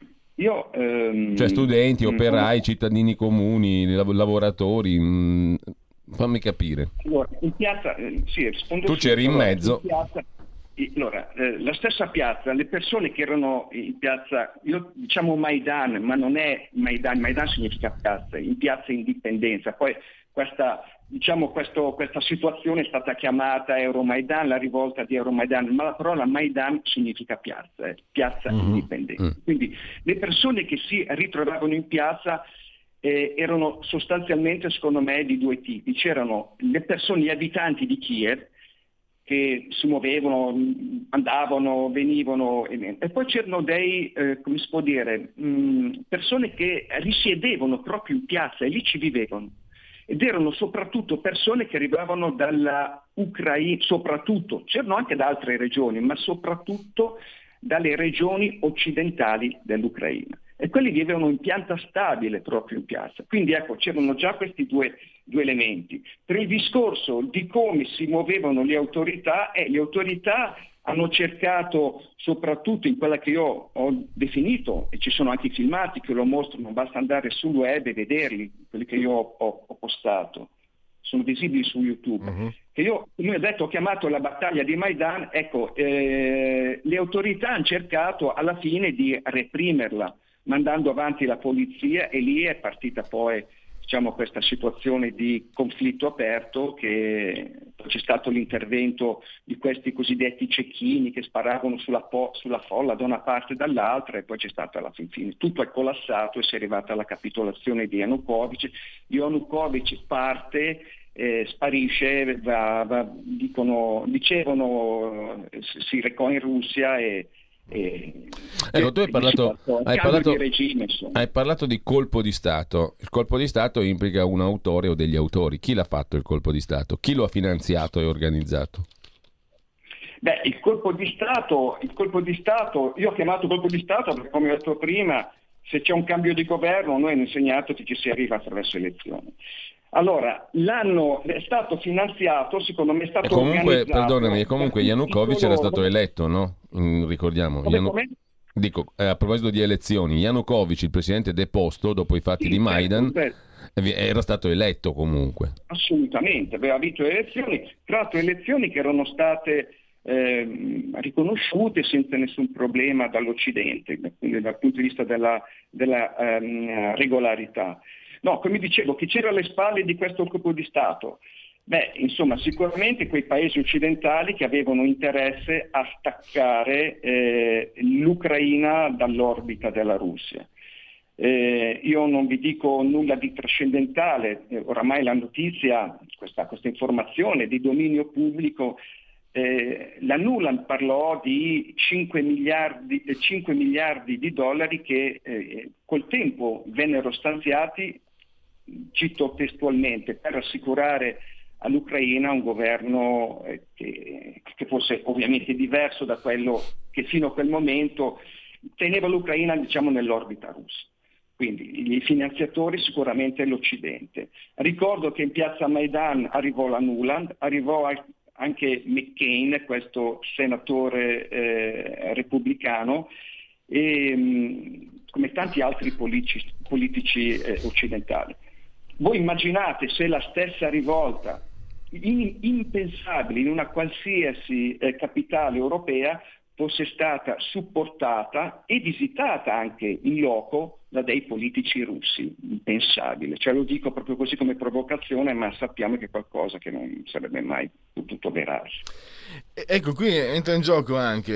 Cioè studenti, operai, cittadini comuni, lavoratori... fammi capire. Allora, in piazza, sì, rispondo. Tu c'eri in mezzo. Allora, la stessa piazza, le persone che erano in piazza, io diciamo Maidan, ma non è Maidan, Maidan significa piazza, in piazza Indipendenza. Poi questa situazione è stata chiamata Euromaidan, la rivolta di Euromaidan, ma la parola Maidan significa piazza, piazza Indipendenza. Quindi le persone che si ritrovavano in piazza erano sostanzialmente, secondo me, di due tipi. C'erano le persone, gli abitanti di Kiev, che si muovevano, andavano, venivano, e poi c'erano dei, come si può dire, persone che risiedevano proprio in piazza e lì ci vivevano. Ed erano soprattutto persone che arrivavano dalla Ucraina, soprattutto, c'erano anche da altre regioni, ma soprattutto dalle regioni occidentali dell'Ucraina. E quelli vivevano in pianta stabile proprio in piazza. Quindi ecco, c'erano già questi due elementi. Per il discorso di come si muovevano le autorità hanno cercato, soprattutto in quella che io ho definito, e ci sono anche i filmati che lo mostrano, basta andare sul web e vederli, quelli che io ho postato, sono visibili su YouTube, che io, come ho detto, ho chiamato la battaglia di Maidan. Ecco, le autorità hanno cercato alla fine di reprimerla, mandando avanti la polizia, e lì è partita poi, diciamo, questa situazione di conflitto aperto, che c'è stato l'intervento di questi cosiddetti cecchini che sparavano sulla folla da una parte e dall'altra, e poi c'è stata alla fine tutto è collassato e si è arrivata alla capitolazione di Yanukovych. Yanukovych parte, sparisce, dicevano si recò in Russia ecco, tu hai parlato di colpo di Stato. Il colpo di Stato implica un autore o degli autori. Chi l'ha fatto il colpo di Stato? Chi lo ha finanziato e organizzato? Beh, il colpo di Stato, io ho chiamato colpo di Stato perché, come ho detto prima, se c'è un cambio di governo noi hanno insegnato che ci si arriva attraverso elezioni. Allora, l'anno è stato finanziato, secondo me è stato organizzato. Perdonami, comunque Yanukovych era stato eletto, no? Ricordiamo. Dico, a proposito di elezioni, Yanukovych, il presidente deposto dopo i fatti di Maidan, era stato eletto comunque. Assolutamente, aveva vinto le elezioni, tra l'altro elezioni che erano state riconosciute senza nessun problema dall'Occidente, quindi dal punto di vista della regolarità. No, come dicevo, chi c'era alle spalle di questo colpo di Stato? Beh, insomma, sicuramente quei paesi occidentali che avevano interesse a staccare l'Ucraina dall'orbita della Russia. Io non vi dico nulla di trascendentale, oramai la notizia, questa informazione di dominio pubblico, la Nuland parlò di 5 miliardi di dollari che col tempo vennero stanziati, cito testualmente, per assicurare all'Ucraina un governo che fosse ovviamente diverso da quello che fino a quel momento teneva l'Ucraina, diciamo, nell'orbita russa. Quindi i finanziatori sicuramente l'Occidente. Ricordo che in piazza Maidan arrivò la Nuland, arrivò anche McCain, questo senatore repubblicano, e come tanti altri politici occidentali. Voi immaginate se la stessa rivolta impensabile in una qualsiasi capitale europea fosse stata supportata e visitata anche in loco da dei politici russi, impensabile. Cioè, lo dico proprio così come provocazione, ma sappiamo che è qualcosa che non sarebbe mai potuto avverarsi. Ecco, qui entra in gioco anche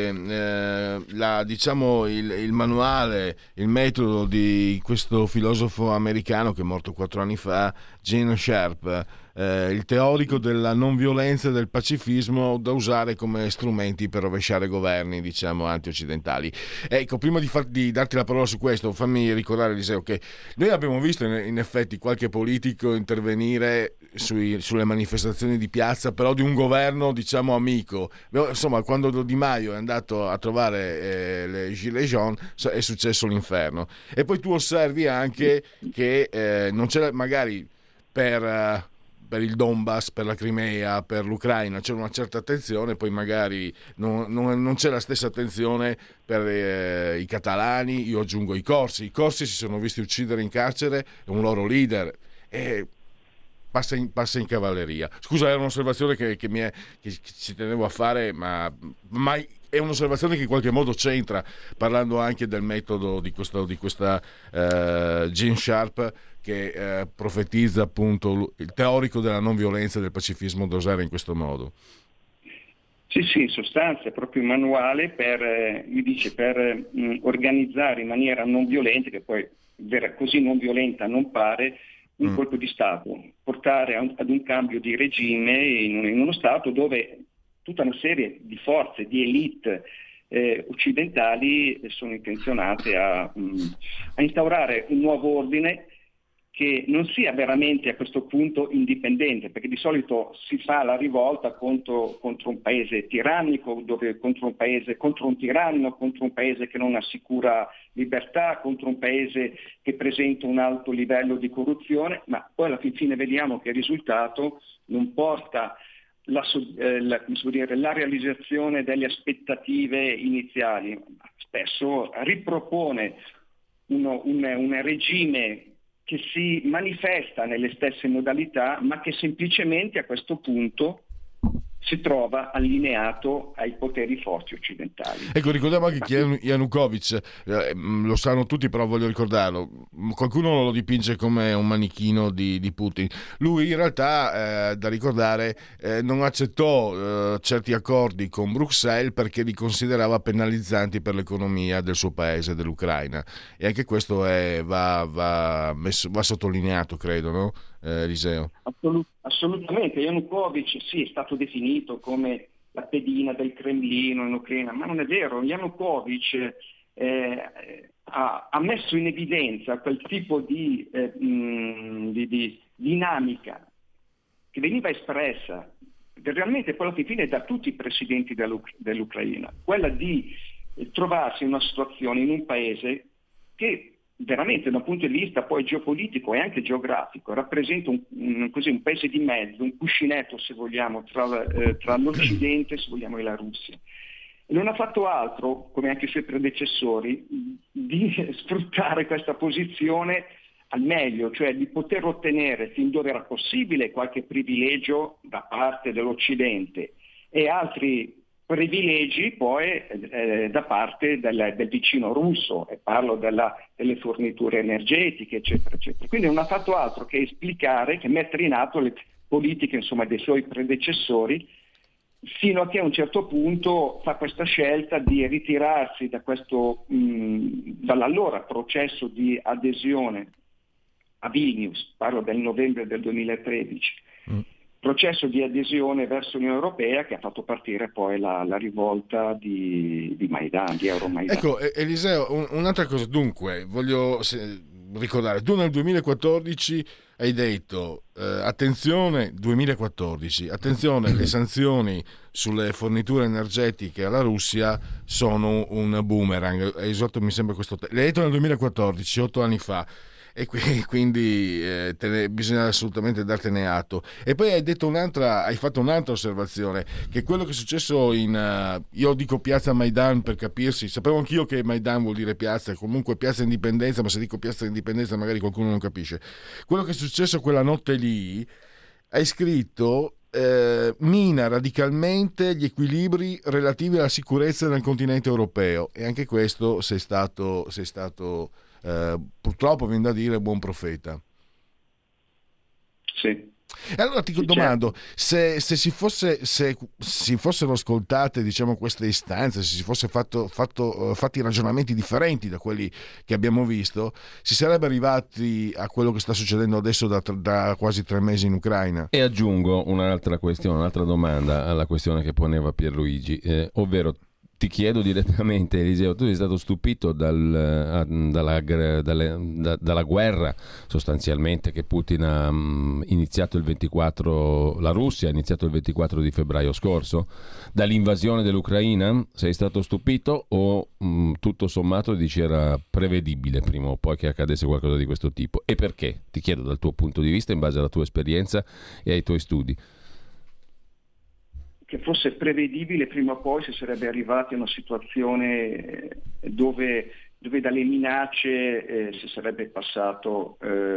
il manuale, il metodo di questo filosofo americano che è morto 4 anni fa, Gene Sharp, il teorico della non violenza e del pacifismo da usare come strumenti per rovesciare governi, diciamo, anti-occidentali. Ecco, prima di darti la parola su questo, fammi ricordare, Eliseo, che noi abbiamo visto in effetti qualche politico intervenire sulle manifestazioni di piazza, però di un governo, diciamo, amico. Insomma, quando Di Maio è andato a trovare le Gilets jaunes è successo l'inferno. E poi tu osservi anche che non c'era, magari per il Donbass, per la Crimea, per l'Ucraina c'era una certa attenzione, poi magari non c'è la stessa attenzione per i catalani. Io aggiungo i corsi si sono visti uccidere in carcere un loro leader e passa in cavalleria. Scusa, era un'osservazione che ci tenevo a fare, ma è un'osservazione che in qualche modo c'entra, parlando anche del metodo di questa Gene Sharp, che profetizza appunto il teorico della non violenza e del pacifismo da usare in questo modo. Sì, in sostanza è proprio un manuale per organizzare in maniera non violenta, che poi così non violenta non pare, un colpo di Stato, portare ad un cambio di regime in uno Stato dove tutta una serie di forze, di elite occidentali sono intenzionate a instaurare un nuovo ordine che non sia veramente a questo punto indipendente, perché di solito si fa la rivolta contro un paese tirannico, contro un tiranno, contro un paese che non assicura libertà, contro un paese che presenta un alto livello di corruzione, ma poi alla fine vediamo che il risultato non porta la realizzazione delle aspettative iniziali, spesso ripropone un regime che si manifesta nelle stesse modalità, ma che semplicemente a questo punto si trova allineato ai poteri forti occidentali. Ecco, ricordiamo anche che Yanukovych, lo sanno tutti, però voglio ricordarlo, qualcuno lo dipinge come un manichino di Putin. Lui in realtà, da ricordare, non accettò certi accordi con Bruxelles perché li considerava penalizzanti per l'economia del suo paese, dell'Ucraina, e anche questo va sottolineato, credo, no? Eliseo? Assolutamente. Yanukovych sì, è stato definito come la pedina del Cremlino in Ucraina, ma non è vero. Yanukovych ha messo in evidenza quel tipo di dinamica che veniva espressa realmente poi alla fine da tutti i presidenti dell'Ucraina, quella di trovarsi in una situazione, in un paese che veramente da un punto di vista poi geopolitico e anche geografico rappresenta un paese di mezzo, un cuscinetto se vogliamo tra l'Occidente, se vogliamo, e la Russia. E non ha fatto altro, come anche i suoi predecessori, di sfruttare questa posizione al meglio, cioè di poter ottenere fin dove era possibile qualche privilegio da parte dell'Occidente e altri privilegi poi da parte del vicino russo, e parlo delle forniture energetiche, eccetera, eccetera. Quindi non ha fatto altro che esplicare, che mettere in atto le politiche, insomma, dei suoi predecessori, fino a che a un certo punto fa questa scelta di ritirarsi da questo dall'allora processo di adesione a Vilnius, parlo del novembre del 2013, processo di adesione verso l'Unione Europea che ha fatto partire poi la rivolta di Maidan, di Euromaidan. Ecco, Eliseo, un'altra cosa, dunque, voglio ricordare, tu nel 2014 hai detto, attenzione, 2014, attenzione, le sanzioni sulle forniture energetiche alla Russia sono un boomerang, hai usato mi sembra questo, l'hai detto nel 2014, 8 anni fa, e quindi bisogna assolutamente dartene atto. E poi hai fatto un'altra osservazione, che quello che è successo io dico piazza Maidan per capirsi, sapevo anch'io che Maidan vuol dire piazza, comunque piazza Indipendenza, ma se dico piazza Indipendenza magari qualcuno non capisce. Quello che è successo quella notte lì, hai scritto, mina radicalmente gli equilibri relativi alla sicurezza nel continente europeo, e anche questo sei stato purtroppo viene da dire buon profeta. Sì. E allora ti domando, se si fossero ascoltate, diciamo, queste istanze, se si fosse fatti ragionamenti differenti da quelli che abbiamo visto, si sarebbe arrivati a quello che sta succedendo adesso da quasi 3 mesi in Ucraina. E aggiungo un'altra questione, un'altra domanda alla questione che poneva Pierluigi, ovvero ti chiedo direttamente, Eliseo, tu sei stato stupito dalla guerra sostanzialmente che Putin ha iniziato la Russia ha iniziato il 24 di febbraio scorso, dall'invasione dell'Ucraina? Sei stato stupito o tutto sommato dici era prevedibile prima o poi che accadesse qualcosa di questo tipo? E perché? Ti chiedo dal tuo punto di vista, in base alla tua esperienza e ai tuoi studi. Che fosse prevedibile prima o poi si sarebbe arrivati a una situazione dove dalle minacce si sarebbe passato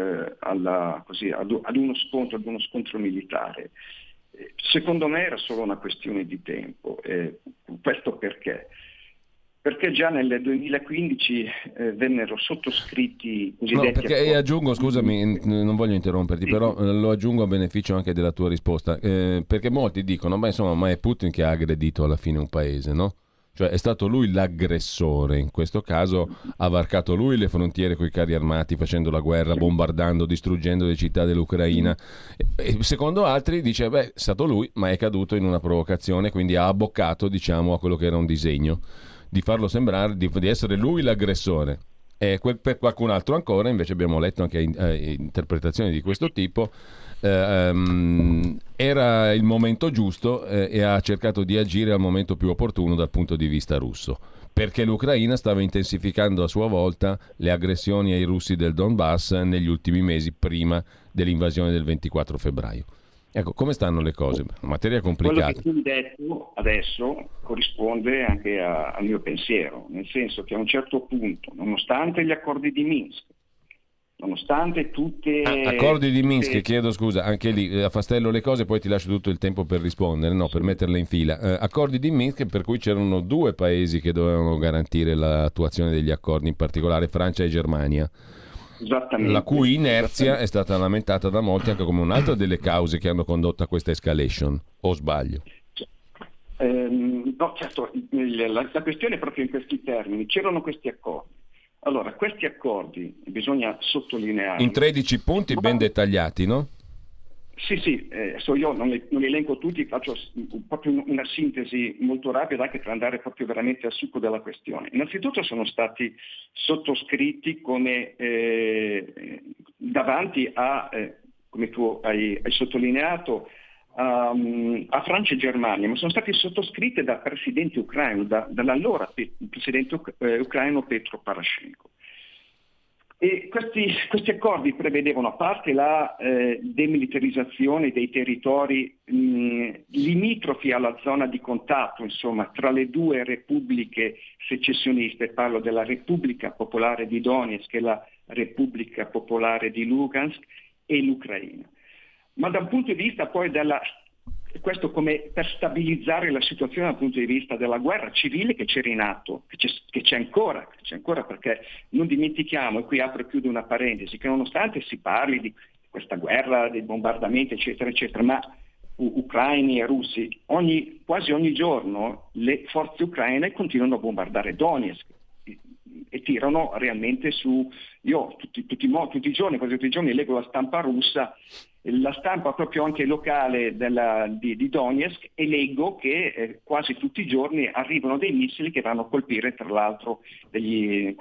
ad uno scontro militare. Secondo me era solo una questione di tempo. Questo perché? Perché già nel 2015 vennero sottoscritti cosiddetti perché aggiungo, scusami, non voglio interromperti, però lo aggiungo a beneficio anche della tua risposta, perché molti dicono, ma è Putin che ha aggredito alla fine un paese, no? Cioè è stato lui l'aggressore, in questo caso ha varcato lui le frontiere coi carri armati, facendo la guerra, bombardando, distruggendo le città dell'Ucraina. E secondo altri dice, è stato lui, ma è caduto in una provocazione, quindi ha abboccato, diciamo, a quello che era un disegno, di farlo sembrare di essere lui l'aggressore. E per qualcun altro ancora, invece abbiamo letto anche interpretazioni di questo tipo, era il momento giusto e ha cercato di agire al momento più opportuno dal punto di vista russo, perché l'Ucraina stava intensificando a sua volta le aggressioni ai russi del Donbass negli ultimi mesi prima dell'invasione del 24 febbraio. Ecco, come stanno le cose? Materia complicata. Quello che tu hai detto adesso corrisponde anche al mio pensiero, nel senso che a un certo punto, nonostante gli accordi di Minsk, nonostante tutte... accordi di Minsk, chiedo scusa, anche lì affastello le cose, poi ti lascio tutto il tempo per rispondere, per metterle in fila. Accordi di Minsk per cui c'erano 2 paesi che dovevano garantire l'attuazione degli accordi, in particolare Francia e Germania. La cui inerzia è stata lamentata da molti anche come un'altra delle cause che hanno condotto a questa escalation, o sbaglio? No, certo, la questione è proprio in questi termini. C'erano questi accordi. Allora, questi accordi bisogna sottolineare. In 13 punti ben dettagliati, no? Sì, io non li elenco tutti, faccio proprio una sintesi molto rapida anche per andare proprio veramente al succo della questione. Innanzitutto sono stati sottoscritti davanti a, come tu hai sottolineato, a Francia e Germania, ma sono stati sottoscritti dal presidente ucraino, dall'allora presidente ucraino Petro Poroshenko. E questi accordi prevedevano, a parte la demilitarizzazione dei territori limitrofi alla zona di contatto, insomma, tra le 2 repubbliche secessioniste, parlo della Repubblica Popolare di Donetsk e la Repubblica Popolare di Lugansk, e l'Ucraina. Ma da un punto di vista poi della questo come per stabilizzare la situazione dal punto di vista della guerra civile che c'era in atto, che c'è ancora, perché non dimentichiamo, e qui apro e chiudo una parentesi, che nonostante si parli di questa guerra, dei bombardamenti, eccetera, eccetera, ma ucraini e russi, quasi ogni giorno le forze ucraine continuano a bombardare Donetsk e tirano realmente su. Io tutti i giorni, quasi tutti i giorni leggo la stampa russa, la stampa proprio anche locale di Donetsk, e leggo che quasi tutti i giorni arrivano dei missili che vanno a colpire tra l'altro delle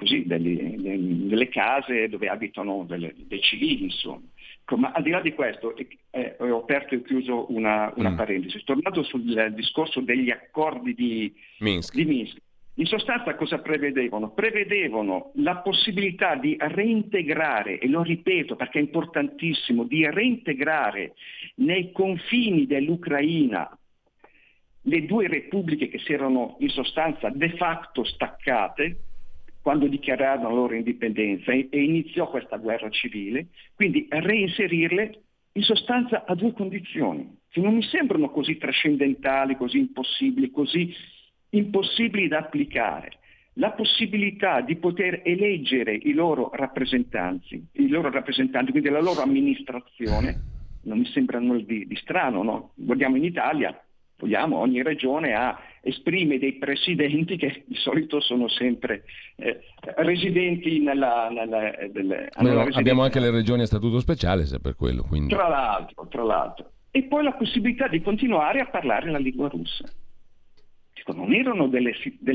case dove abitano dei civili, insomma. Ma al di là di questo, ho aperto e chiuso una parentesi, tornato sul discorso degli accordi di Minsk. In sostanza cosa prevedevano? Prevedevano la possibilità di reintegrare, e lo ripeto perché è importantissimo, di reintegrare nei confini dell'Ucraina le due repubbliche che si erano in sostanza de facto staccate quando dichiararono la loro indipendenza e iniziò questa guerra civile, quindi reinserirle in sostanza a due condizioni, che non mi sembrano così trascendentali, così impossibili da applicare. La possibilità di poter eleggere i loro rappresentanti, quindi la loro amministrazione, non mi sembra nulla di strano, no? Guardiamo in Italia, ogni regione esprime dei presidenti che di solito sono sempre residenti nella abbiamo anche le regioni a statuto speciale, se per quello. Quindi. Tra l'altro. E poi la possibilità di continuare a parlare la lingua russa. Non erano delle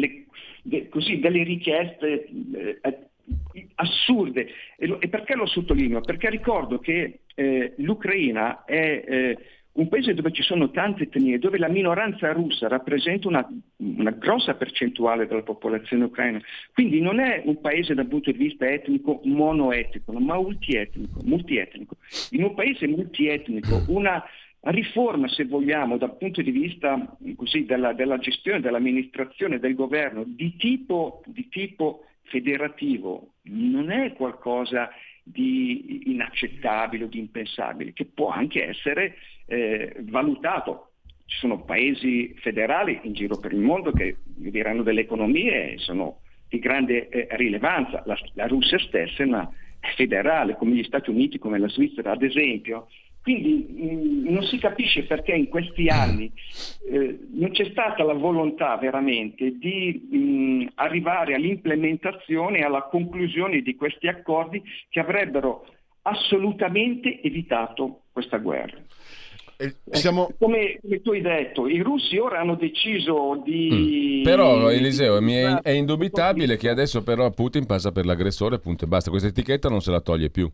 richieste assurde. E perché lo sottolineo? Perché ricordo che l'Ucraina è un paese dove ci sono tante etnie, dove la minoranza russa rappresenta una grossa percentuale della popolazione ucraina. Quindi non è un paese dal punto di vista etnico monoetnico, ma multietnico. In un paese multietnico una riforma, se vogliamo, dal punto di vista così della gestione, dell'amministrazione, del governo di tipo federativo non è qualcosa di inaccettabile o di impensabile, che può anche essere valutato. Ci sono paesi federali in giro per il mondo che hanno delle economie e sono di grande rilevanza. La Russia stessa è una federale, come gli Stati Uniti, come la Svizzera ad esempio. Quindi non si capisce perché in questi anni non c'è stata la volontà veramente di arrivare all'implementazione e alla conclusione di questi accordi che avrebbero assolutamente evitato questa guerra. Come tu hai detto, i russi ora hanno deciso di... Però Eliseo, è indubitabile che adesso però Putin passa per l'aggressore, punto e basta. Questa etichetta non se la toglie più.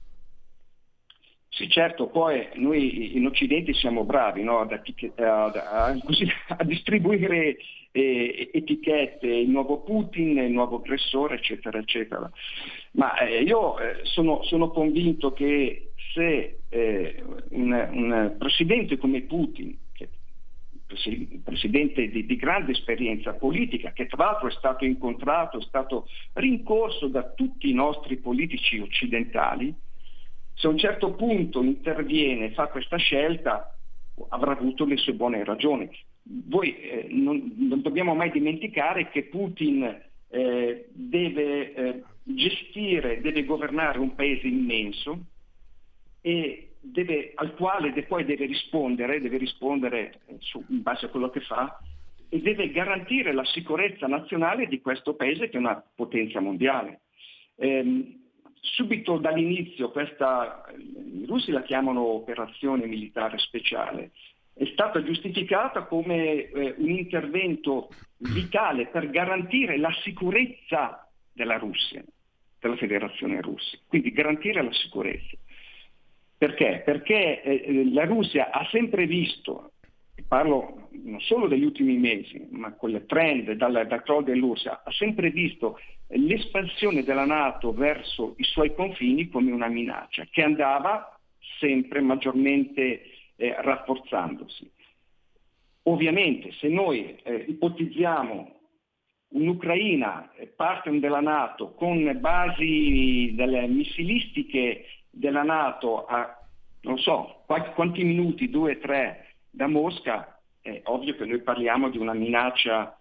Sì, certo, poi noi in Occidente siamo bravi, no, a distribuire etichette, il nuovo Putin, il nuovo aggressore, eccetera, eccetera. Ma io sono convinto che se un presidente come Putin, presidente di grande esperienza politica, che tra l'altro è stato incontrato, è stato rincorso da tutti i nostri politici occidentali, se a un certo punto interviene e fa questa scelta, avrà avuto le sue buone ragioni. Non dobbiamo mai dimenticare che Putin deve deve governare un paese immenso e al quale poi deve rispondere in base a quello che fa, e deve garantire la sicurezza nazionale di questo paese che è una potenza mondiale. Subito dall'inizio i russi la chiamano operazione militare speciale, è stata giustificata come un intervento vitale per garantire la sicurezza della Russia, della Federazione Russa, quindi garantire la sicurezza. Perché? Perché la Russia ha sempre visto, parlo non solo degli ultimi mesi, ma con il trend dal crollo dell'URSS, ha sempre visto l'espansione della NATO verso i suoi confini come una minaccia che andava sempre maggiormente rafforzandosi. Ovviamente se noi ipotizziamo un'Ucraina partner della NATO con basi missilistiche della NATO a non so quanti minuti, 2 o 3 da Mosca, è ovvio che noi parliamo di una minaccia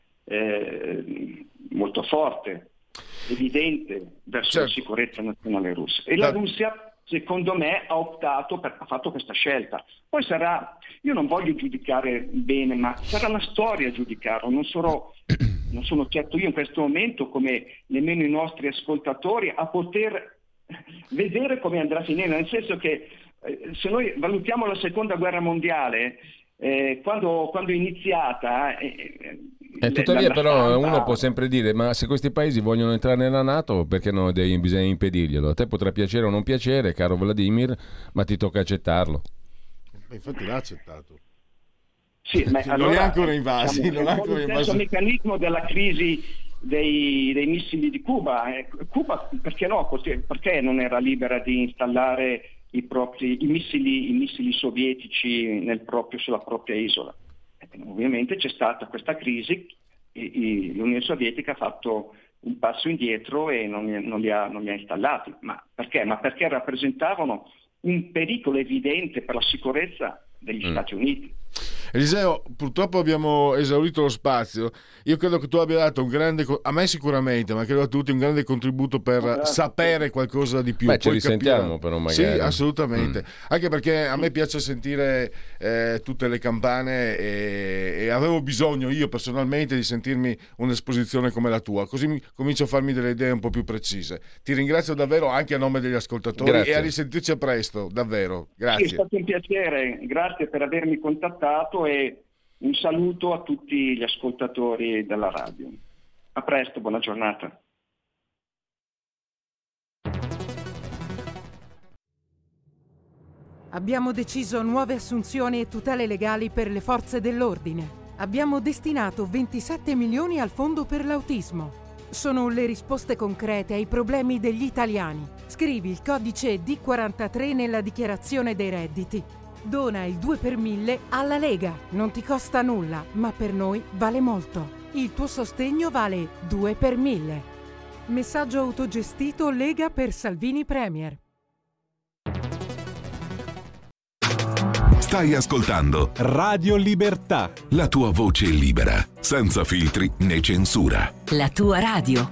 molto forte, evidente verso la sicurezza nazionale russa. E la Russia, secondo me, ha fatto questa scelta. Poi io non voglio giudicare bene, ma sarà la storia a giudicarlo, non sono certo io in questo momento, come nemmeno i nostri ascoltatori, a poter vedere come andrà a finire, nel senso che se noi valutiamo la seconda guerra mondiale, quando è iniziata... tuttavia però uno può sempre dire, ma se questi paesi vogliono entrare nella NATO, perché no, bisogna impedirglielo? A te potrà piacere o non piacere, caro Vladimir, ma ti tocca accettarlo. Infatti l'ha accettato. Sì, ma non allora, è ancora invasi. Non è ancora invasi. Il meccanismo della crisi dei missili di Cuba. Cuba, perché no? Perché non era libera di installare i missili sovietici sulla propria isola? Ovviamente c'è stata questa crisi, l'Unione Sovietica ha fatto un passo indietro e non li ha installati. Ma perché? Ma perché rappresentavano un pericolo evidente per la sicurezza degli Stati Uniti. Eliseo, purtroppo abbiamo esaurito lo spazio. Io credo che tu abbia dato un grande, a me sicuramente, ma credo a tutti, un grande contributo per sapere qualcosa di più. Beh, ci risentiamo però magari. Sì, assolutamente. Anche perché a me piace sentire tutte le campane e avevo bisogno io personalmente di sentirmi un'esposizione come la tua, così comincio a farmi delle idee un po' più precise. Ti ringrazio davvero anche a nome degli ascoltatori. Grazie. E a risentirci a presto, davvero. Grazie. Sì, è stato un piacere, grazie per avermi contattato e un saluto a tutti gli ascoltatori della radio. A presto, buona giornata. Abbiamo deciso nuove assunzioni e tutele legali per le forze dell'ordine. Abbiamo destinato 27 milioni al fondo per l'autismo. Sono le risposte concrete ai problemi degli italiani. Scrivi il codice D43 nella dichiarazione dei redditi. Dona il 2 per 1000 alla Lega. Non ti costa nulla, ma per noi vale molto. Il tuo sostegno vale 2 per 1000. Messaggio autogestito Lega per Salvini Premier. Stai ascoltando Radio Libertà. La tua voce libera, senza filtri né censura. La tua radio.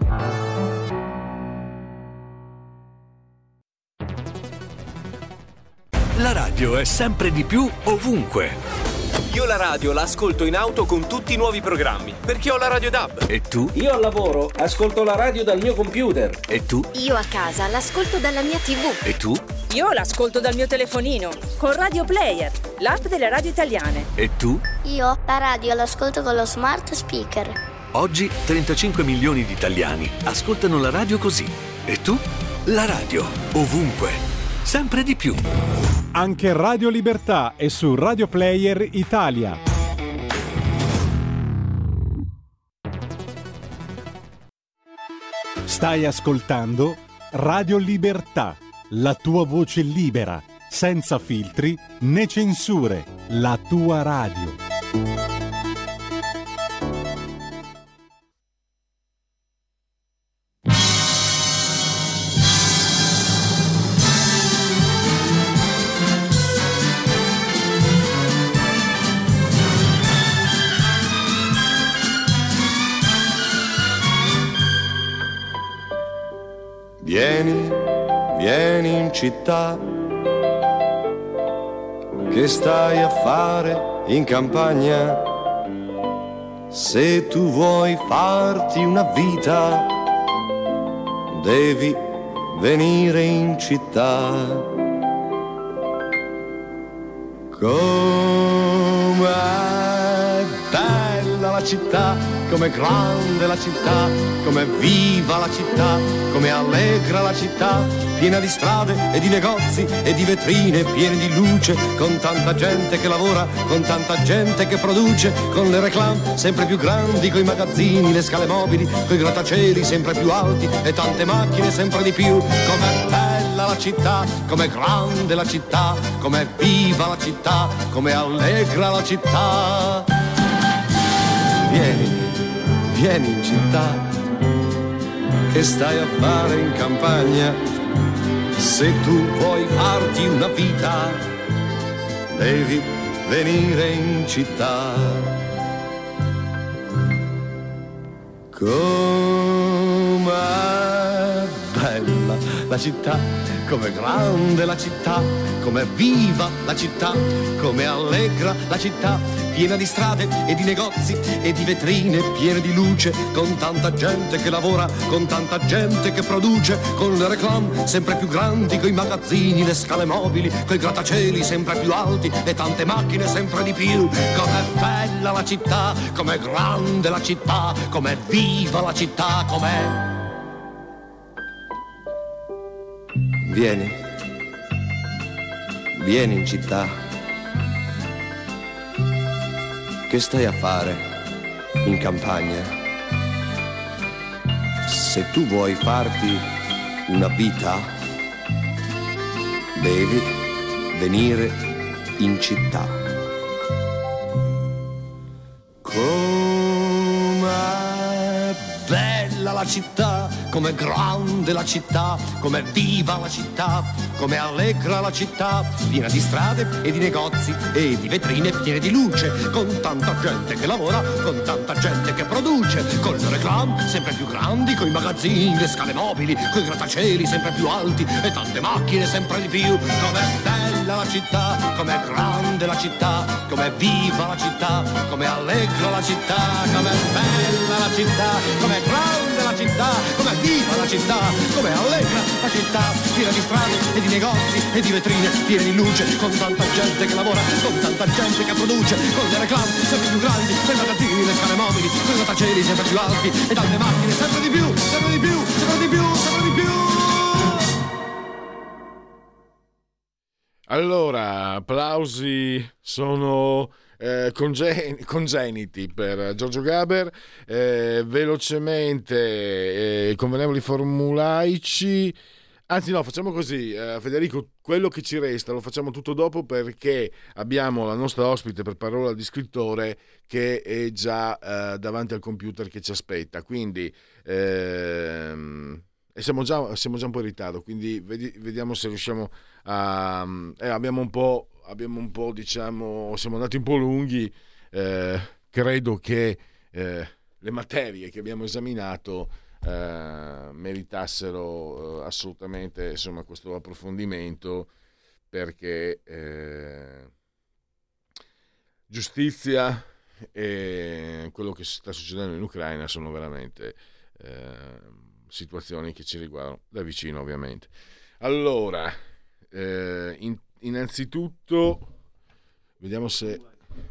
La radio è sempre di più ovunque. Io la radio la ascolto in auto con tutti i nuovi programmi, perché ho la radio DAB. E tu? Io al lavoro ascolto la radio dal mio computer. E tu? Io a casa l'ascolto dalla mia TV. E tu? Io l'ascolto dal mio telefonino, con Radio Player, l'app delle radio italiane. E tu? Io la radio l'ascolto con lo smart speaker. Oggi 35 milioni di italiani ascoltano la radio così. E tu? La radio, ovunque, sempre di più. Anche Radio Libertà è su Radio Player Italia. Stai ascoltando Radio Libertà, la tua voce libera, senza filtri né censure, la tua radio. Vieni in città, che stai a fare in campagna? Se tu vuoi farti una vita, devi venire in città. Com'è bella la città, com'è grande la città, com'è viva la città, com'è allegra la città, piena di strade e di negozi e di vetrine piene di luce, con tanta gente che lavora, con tanta gente che produce, con le reclame sempre più grandi, coi magazzini, le scale mobili, coi grattacieli sempre più alti e tante macchine sempre di più. Com'è bella la città, com'è grande la città, com'è viva la città, com'è allegra la città. Vieni in città, che stai a fare in campagna? Se tu vuoi farti una vita, devi venire in città. Com'è bella la città, com'è grande la città, com'è viva la città, com'è allegra la città, piena di strade e di negozi e di vetrine piene di luce, con tanta gente che lavora, con tanta gente che produce, con le reclame sempre più grandi, coi magazzini, le scale mobili, coi grattacieli sempre più alti e tante macchine sempre di più. Com'è bella la città, com'è grande la città, com'è viva la città, com'è... Vieni, vieni in città. Che stai a fare in campagna? Se tu vuoi farti una vita, devi venire in città. Com'è bella la città, com'è grande la città, com'è viva la città, com'è allegra la città, piena di strade e di negozi e di vetrine piene di luce, con tanta gente che lavora, con tanta gente che produce, con le reclame sempre più grandi, coi magazzini, le scale mobili, coi grattacieli sempre più alti e tante macchine sempre di più. Com'è bella la città, com'è grande la città, com'è viva la città, com'è allegra la città, com'è bella la città, com'è grande la città, com'è viva la città, com'è allegra la città, piena di strade e di negozi e di vetrine piene di luce, con tanta gente che lavora, con tanta gente che produce, con le reclame sempre più grandi, con i magazzini, le scale mobili, con i grattacieli sempre più alti e tante macchine sempre di più, sempre di più, sempre di più, sempre di più. Allora, applausi sono congeniti per Giorgio Gaber. Velocemente, convenevoli formulaici. Anzi no, facciamo così, Federico, quello che ci resta lo facciamo tutto dopo, perché abbiamo la nostra ospite per parola di scrittore che è già davanti al computer che ci aspetta, quindi e siamo già un po' in ritardo, quindi vediamo se riusciamo a... abbiamo un po', diciamo, siamo andati un po' lunghi, credo che le materie che abbiamo esaminato meritassero assolutamente, insomma, questo approfondimento, perché giustizia e quello che sta succedendo in Ucraina sono veramente situazioni che ci riguardano da vicino, ovviamente. Allora, innanzitutto vediamo se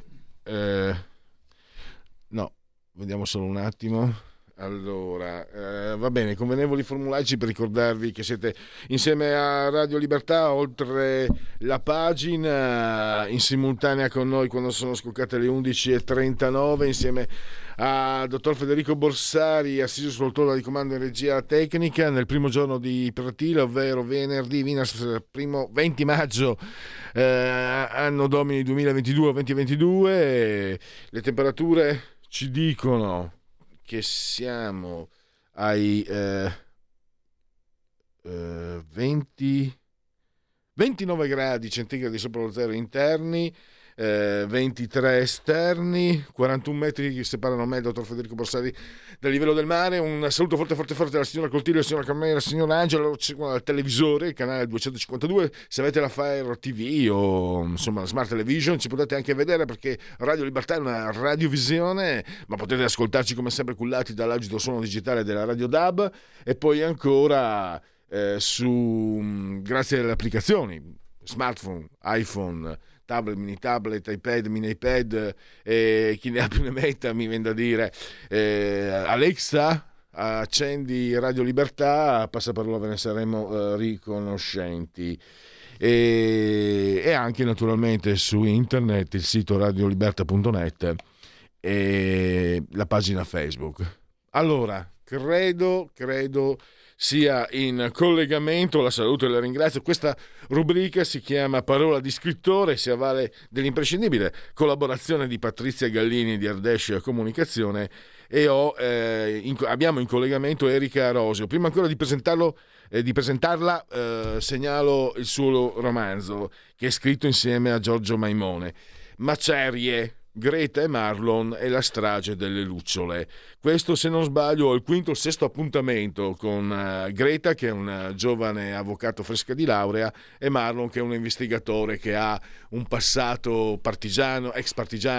no, vediamo solo un attimo. Allora, va bene, convenevoli formulaici per ricordarvi che siete insieme a Radio Libertà, oltre la pagina, in simultanea con noi quando sono scoccate le 11:39, insieme a dottor Federico Borsari, assiso sul tollo di comando in regia tecnica, nel primo giorno di Pratila, ovvero venerdì, 20 maggio, anno domini 2022. Le temperature ci dicono che siamo ai 29 gradi centigradi sopra lo zero interni, 23 esterni, 41 metri che separano me, il dottor Federico Borsari, dal livello del mare. Un saluto forte alla signora Coltillo, alla signora Carmela, alla signora Angela, al televisore, il canale 252. Se avete la Fire TV o insomma la Smart Television ci potete anche vedere, perché Radio Libertà è una radiovisione, ma potete ascoltarci come sempre cullati dall'agito suono digitale della Radio DAB, e poi ancora grazie alle applicazioni smartphone, iPhone, tablet, mini tablet, iPad, mini iPad, chi ne ha più ne metta, mi viene da dire. Alexa, accendi Radio Libertà, passaparola, ve ne saremo riconoscenti. E anche naturalmente su internet il sito radioliberta.net e la pagina Facebook. Allora, credo sia in collegamento, la saluto e la ringrazio. Questa rubrica si chiama Parola di scrittore, si avvale dell'imprescindibile collaborazione di Patrizia Gallini di Ardescia Comunicazione e abbiamo in collegamento Erika Rosio. Prima ancora di presentarla, segnalo il suo romanzo che è scritto insieme a Giorgio Maimone. Macerie, Greta e Marlon e la strage delle lucciole. Questo, se non sbaglio, è il quinto o sesto appuntamento con Greta, che è un giovane avvocato fresca di laurea, e Marlon, che è un investigatore che ha un passato partigiano, ex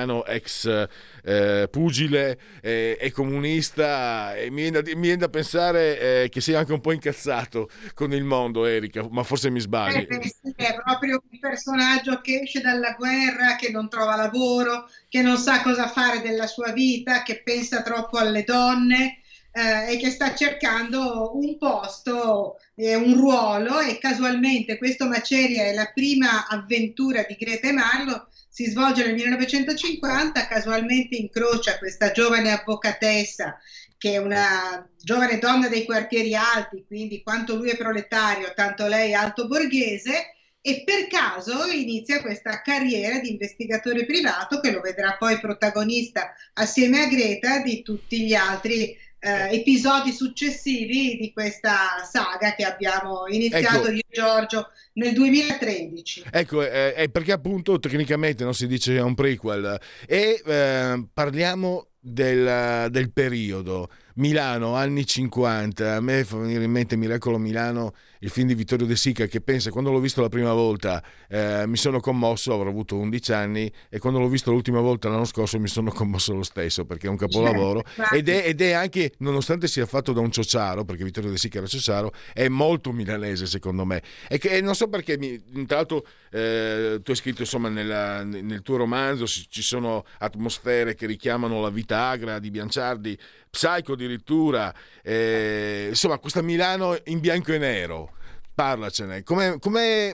pugile, è comunista, e mi viene da pensare che sia anche un po' incazzato con il mondo, Erika, ma forse mi sbaglio. È proprio un personaggio che esce dalla guerra, che non trova lavoro, che non sa cosa fare della sua vita, che pensa troppo alle donne e che sta cercando un posto, un ruolo, e casualmente questo Macerie è la prima avventura di Greta e Marlon, si svolge nel 1950, casualmente incrocia questa giovane avvocatessa che è una giovane donna dei quartieri alti, quindi quanto lui è proletario, tanto lei è alto borghese, e per caso inizia questa carriera di investigatore privato che lo vedrà poi protagonista assieme a Greta di tutti gli altri episodi successivi di questa saga che abbiamo iniziato io e Giorgio nel 2013. Ecco, è perché appunto tecnicamente non si dice un prequel, e parliamo del periodo Milano, anni 50. A me fa venire in mente Miracolo Milano, il film di Vittorio De Sica, che pensa, quando l'ho visto la prima volta mi sono commosso, avrò avuto 11 anni, e quando l'ho visto l'ultima volta l'anno scorso mi sono commosso lo stesso, perché è un capolavoro, ed è anche, nonostante sia fatto da un ciociaro, perché Vittorio De Sica era ciociaro, è molto milanese secondo me, e non so perché tra l'altro tu hai scritto, insomma, nel tuo romanzo ci sono atmosfere che richiamano la vita agra di Bianciardi, Psycho addirittura, insomma questa Milano in bianco e nero, parlacene, come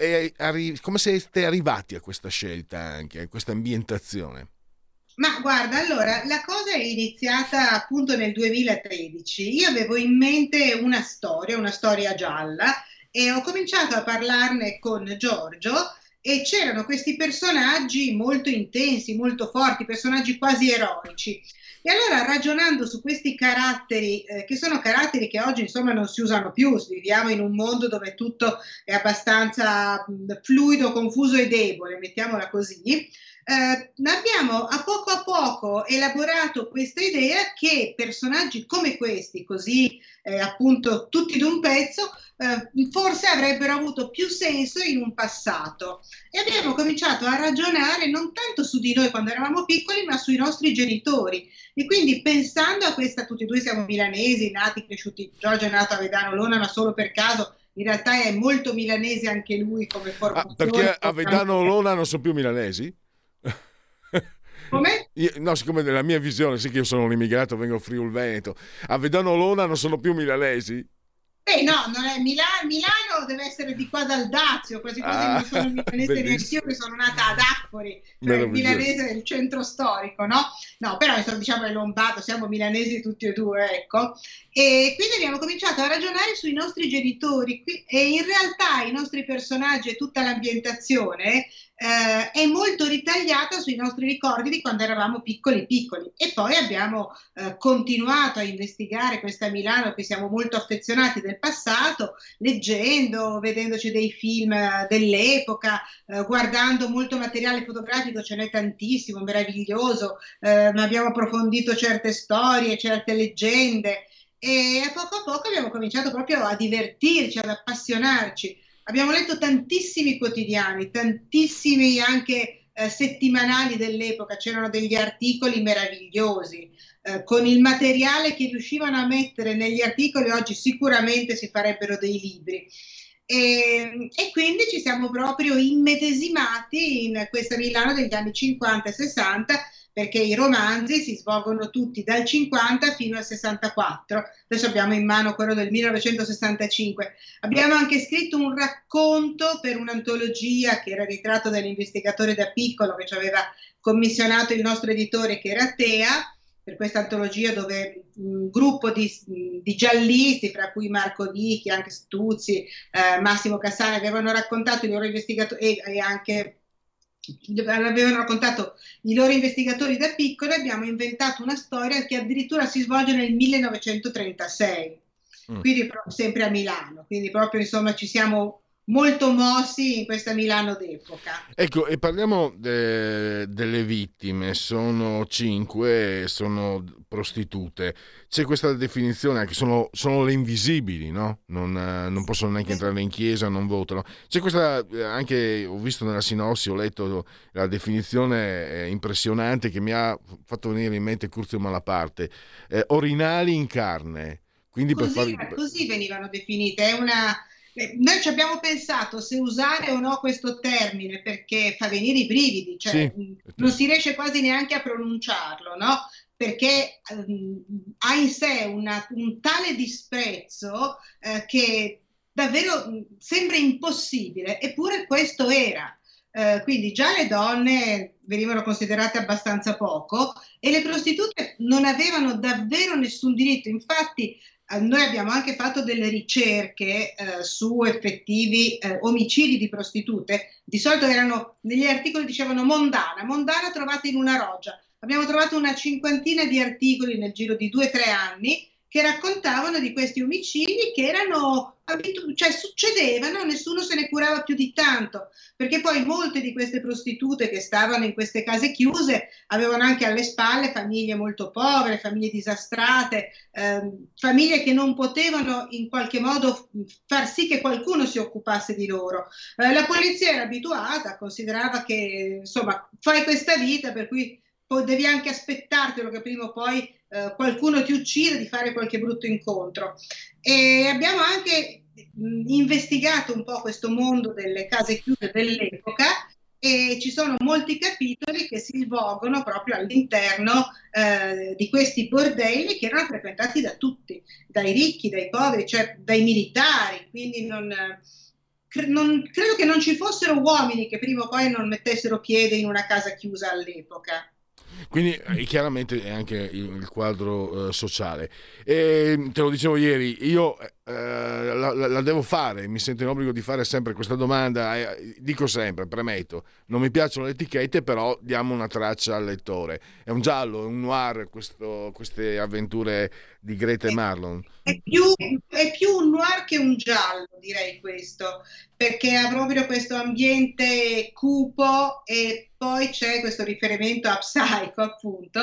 siete arrivati a questa scelta, anche a questa ambientazione? Ma guarda, allora, la cosa è iniziata appunto nel 2013, io avevo in mente una storia gialla, e ho cominciato a parlarne con Giorgio, e c'erano questi personaggi molto intensi, molto forti, personaggi quasi eroici. E allora, ragionando su questi caratteri, che sono caratteri che oggi insomma non si usano più, viviamo in un mondo dove tutto è abbastanza fluido, confuso e debole, mettiamola così, abbiamo a poco elaborato questa idea che personaggi come questi, così appunto tutti d'un pezzo, forse avrebbero avuto più senso in un passato, e abbiamo cominciato a ragionare non tanto su di noi quando eravamo piccoli, ma sui nostri genitori. E quindi, pensando a questa, tutti e due siamo milanesi, nati, cresciuti, Giorgio è nato a Vedano Lona, ma solo per caso, in realtà è molto milanese anche lui come formazione. Perché a Vedano Lona non sono più milanesi? Come? No, siccome nella mia visione, sì che io sono un immigrato, vengo Friuli Veneto, a Vedano Lona non sono più milanesi? No, non è Milano deve essere di qua dal Dazio, quasi non sono milanese neanche io, che sono nata ad Accori, cioè il milanese è il centro storico, no? No, però insomma, diciamo è lombardo, siamo milanesi tutti e due, ecco. E quindi abbiamo cominciato a ragionare sui nostri genitori, e in realtà i nostri personaggi e tutta l'ambientazione è molto ritagliata sui nostri ricordi di quando eravamo piccoli, e poi abbiamo continuato a investigare questa Milano a cui siamo molto affezionati del passato, leggendo, vedendoci dei film dell'epoca, guardando molto materiale fotografico, ce n'è tantissimo, meraviglioso, ma abbiamo approfondito certe storie, certe leggende, e a poco abbiamo cominciato proprio a divertirci, ad appassionarci. Abbiamo letto tantissimi quotidiani, tantissimi anche settimanali dell'epoca, c'erano degli articoli meravigliosi, con il materiale che riuscivano a mettere negli articoli oggi sicuramente si farebbero dei libri. E quindi ci siamo proprio immedesimati in questa Milano degli anni 50 e 60, perché i romanzi si svolgono tutti dal 50 fino al 64. Adesso abbiamo in mano quello del 1965. Abbiamo anche scritto un racconto per un'antologia che era ritratto dall'investigatore da piccolo, che ci aveva commissionato il nostro editore, che era Tea, per questa antologia dove un gruppo di giallisti, fra cui Marco Dichi, anche Stuzzi, Massimo Cassani, avevano raccontato i loro investigatori e anche avevano raccontato i loro investigatori da piccoli. Abbiamo inventato una storia che addirittura si svolge nel 1936, quindi sempre a Milano, quindi proprio insomma ci siamo molto mossi in questa Milano d'epoca. Ecco, e parliamo delle vittime, sono 5, sono prostitute. C'è questa definizione, anche sono le invisibili, no? Non possono neanche entrare in chiesa, non votano. C'è questa, anche ho visto nella sinossi, ho letto la definizione impressionante che mi ha fatto venire in mente Curzio Malaparte, orinali in carne. Quindi così venivano definite, è una... Noi ci abbiamo pensato se usare o no questo termine perché fa venire i brividi, cioè non si riesce quasi neanche a pronunciarlo, no? Perché ha in sé un tale disprezzo che davvero sembra impossibile, eppure questo era. Quindi già le donne venivano considerate abbastanza poco e le prostitute non avevano davvero nessun diritto. Infatti noi abbiamo anche fatto delle ricerche su effettivi omicidi di prostitute. Di solito negli articoli dicevano mondana trovata in una roggia. Abbiamo trovato una 50ina di articoli nel giro di 2 o 3 anni che raccontavano di questi omicidi che cioè succedevano, nessuno se ne curava più di tanto, perché poi molte di queste prostitute che stavano in queste case chiuse avevano anche alle spalle famiglie molto povere, famiglie disastrate, famiglie che non potevano in qualche modo far sì che qualcuno si occupasse di loro. La polizia era abituata, considerava che insomma fai questa vita per cui devi anche aspettartelo che prima o poi qualcuno ti uccide, di fare qualche brutto incontro. E abbiamo anche investigato un po' questo mondo delle case chiuse dell'epoca e ci sono molti capitoli che si svolgono proprio all'interno di questi bordelli che erano frequentati da tutti, dai ricchi, dai poveri, cioè dai militari, quindi credo che non ci fossero uomini che prima o poi non mettessero piede in una casa chiusa all'epoca. Quindi chiaramente è anche il quadro sociale. E te lo dicevo ieri, io la devo fare, mi sento in obbligo di fare sempre questa domanda, dico sempre, premetto, non mi piacciono le etichette, però diamo una traccia al lettore. È un giallo, è un noir queste avventure di Greta e Marlon? È più un noir che un giallo, direi questo, perché ha proprio questo ambiente cupo e poi c'è questo riferimento a Psycho, appunto,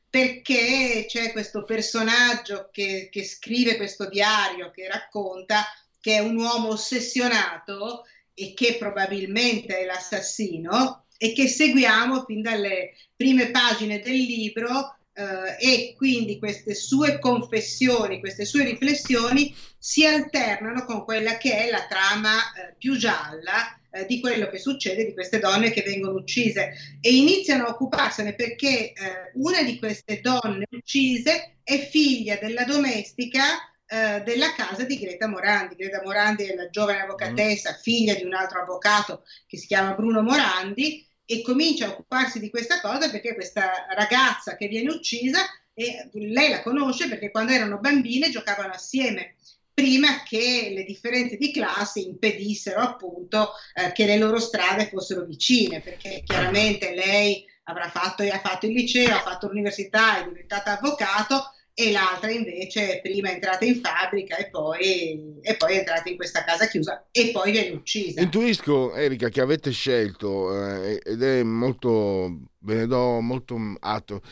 perché c'è questo personaggio che scrive questo diario, che racconta che è un uomo ossessionato e che probabilmente è l'assassino e che seguiamo fin dalle prime pagine del libro. E quindi queste sue confessioni, queste sue riflessioni si alternano con quella che è la trama più gialla di quello che succede, di queste donne che vengono uccise, e iniziano a occuparsene perché una di queste donne uccise è figlia della domestica della casa di Greta Morandi. Greta Morandi è la giovane avvocatessa, figlia di un altro avvocato che si chiama Bruno Morandi, e comincia a occuparsi di questa cosa perché questa ragazza che viene uccisa, e lei la conosce perché quando erano bambine giocavano assieme, prima che le differenze di classe impedissero appunto che le loro strade fossero vicine, perché chiaramente lei ha fatto il liceo, ha fatto l'università, è diventata avvocato, e l'altra invece prima è entrata in fabbrica e poi è entrata in questa casa chiusa e poi viene uccisa. Intuisco, Erika, che avete scelto ed è molto, ve ne do molto atto.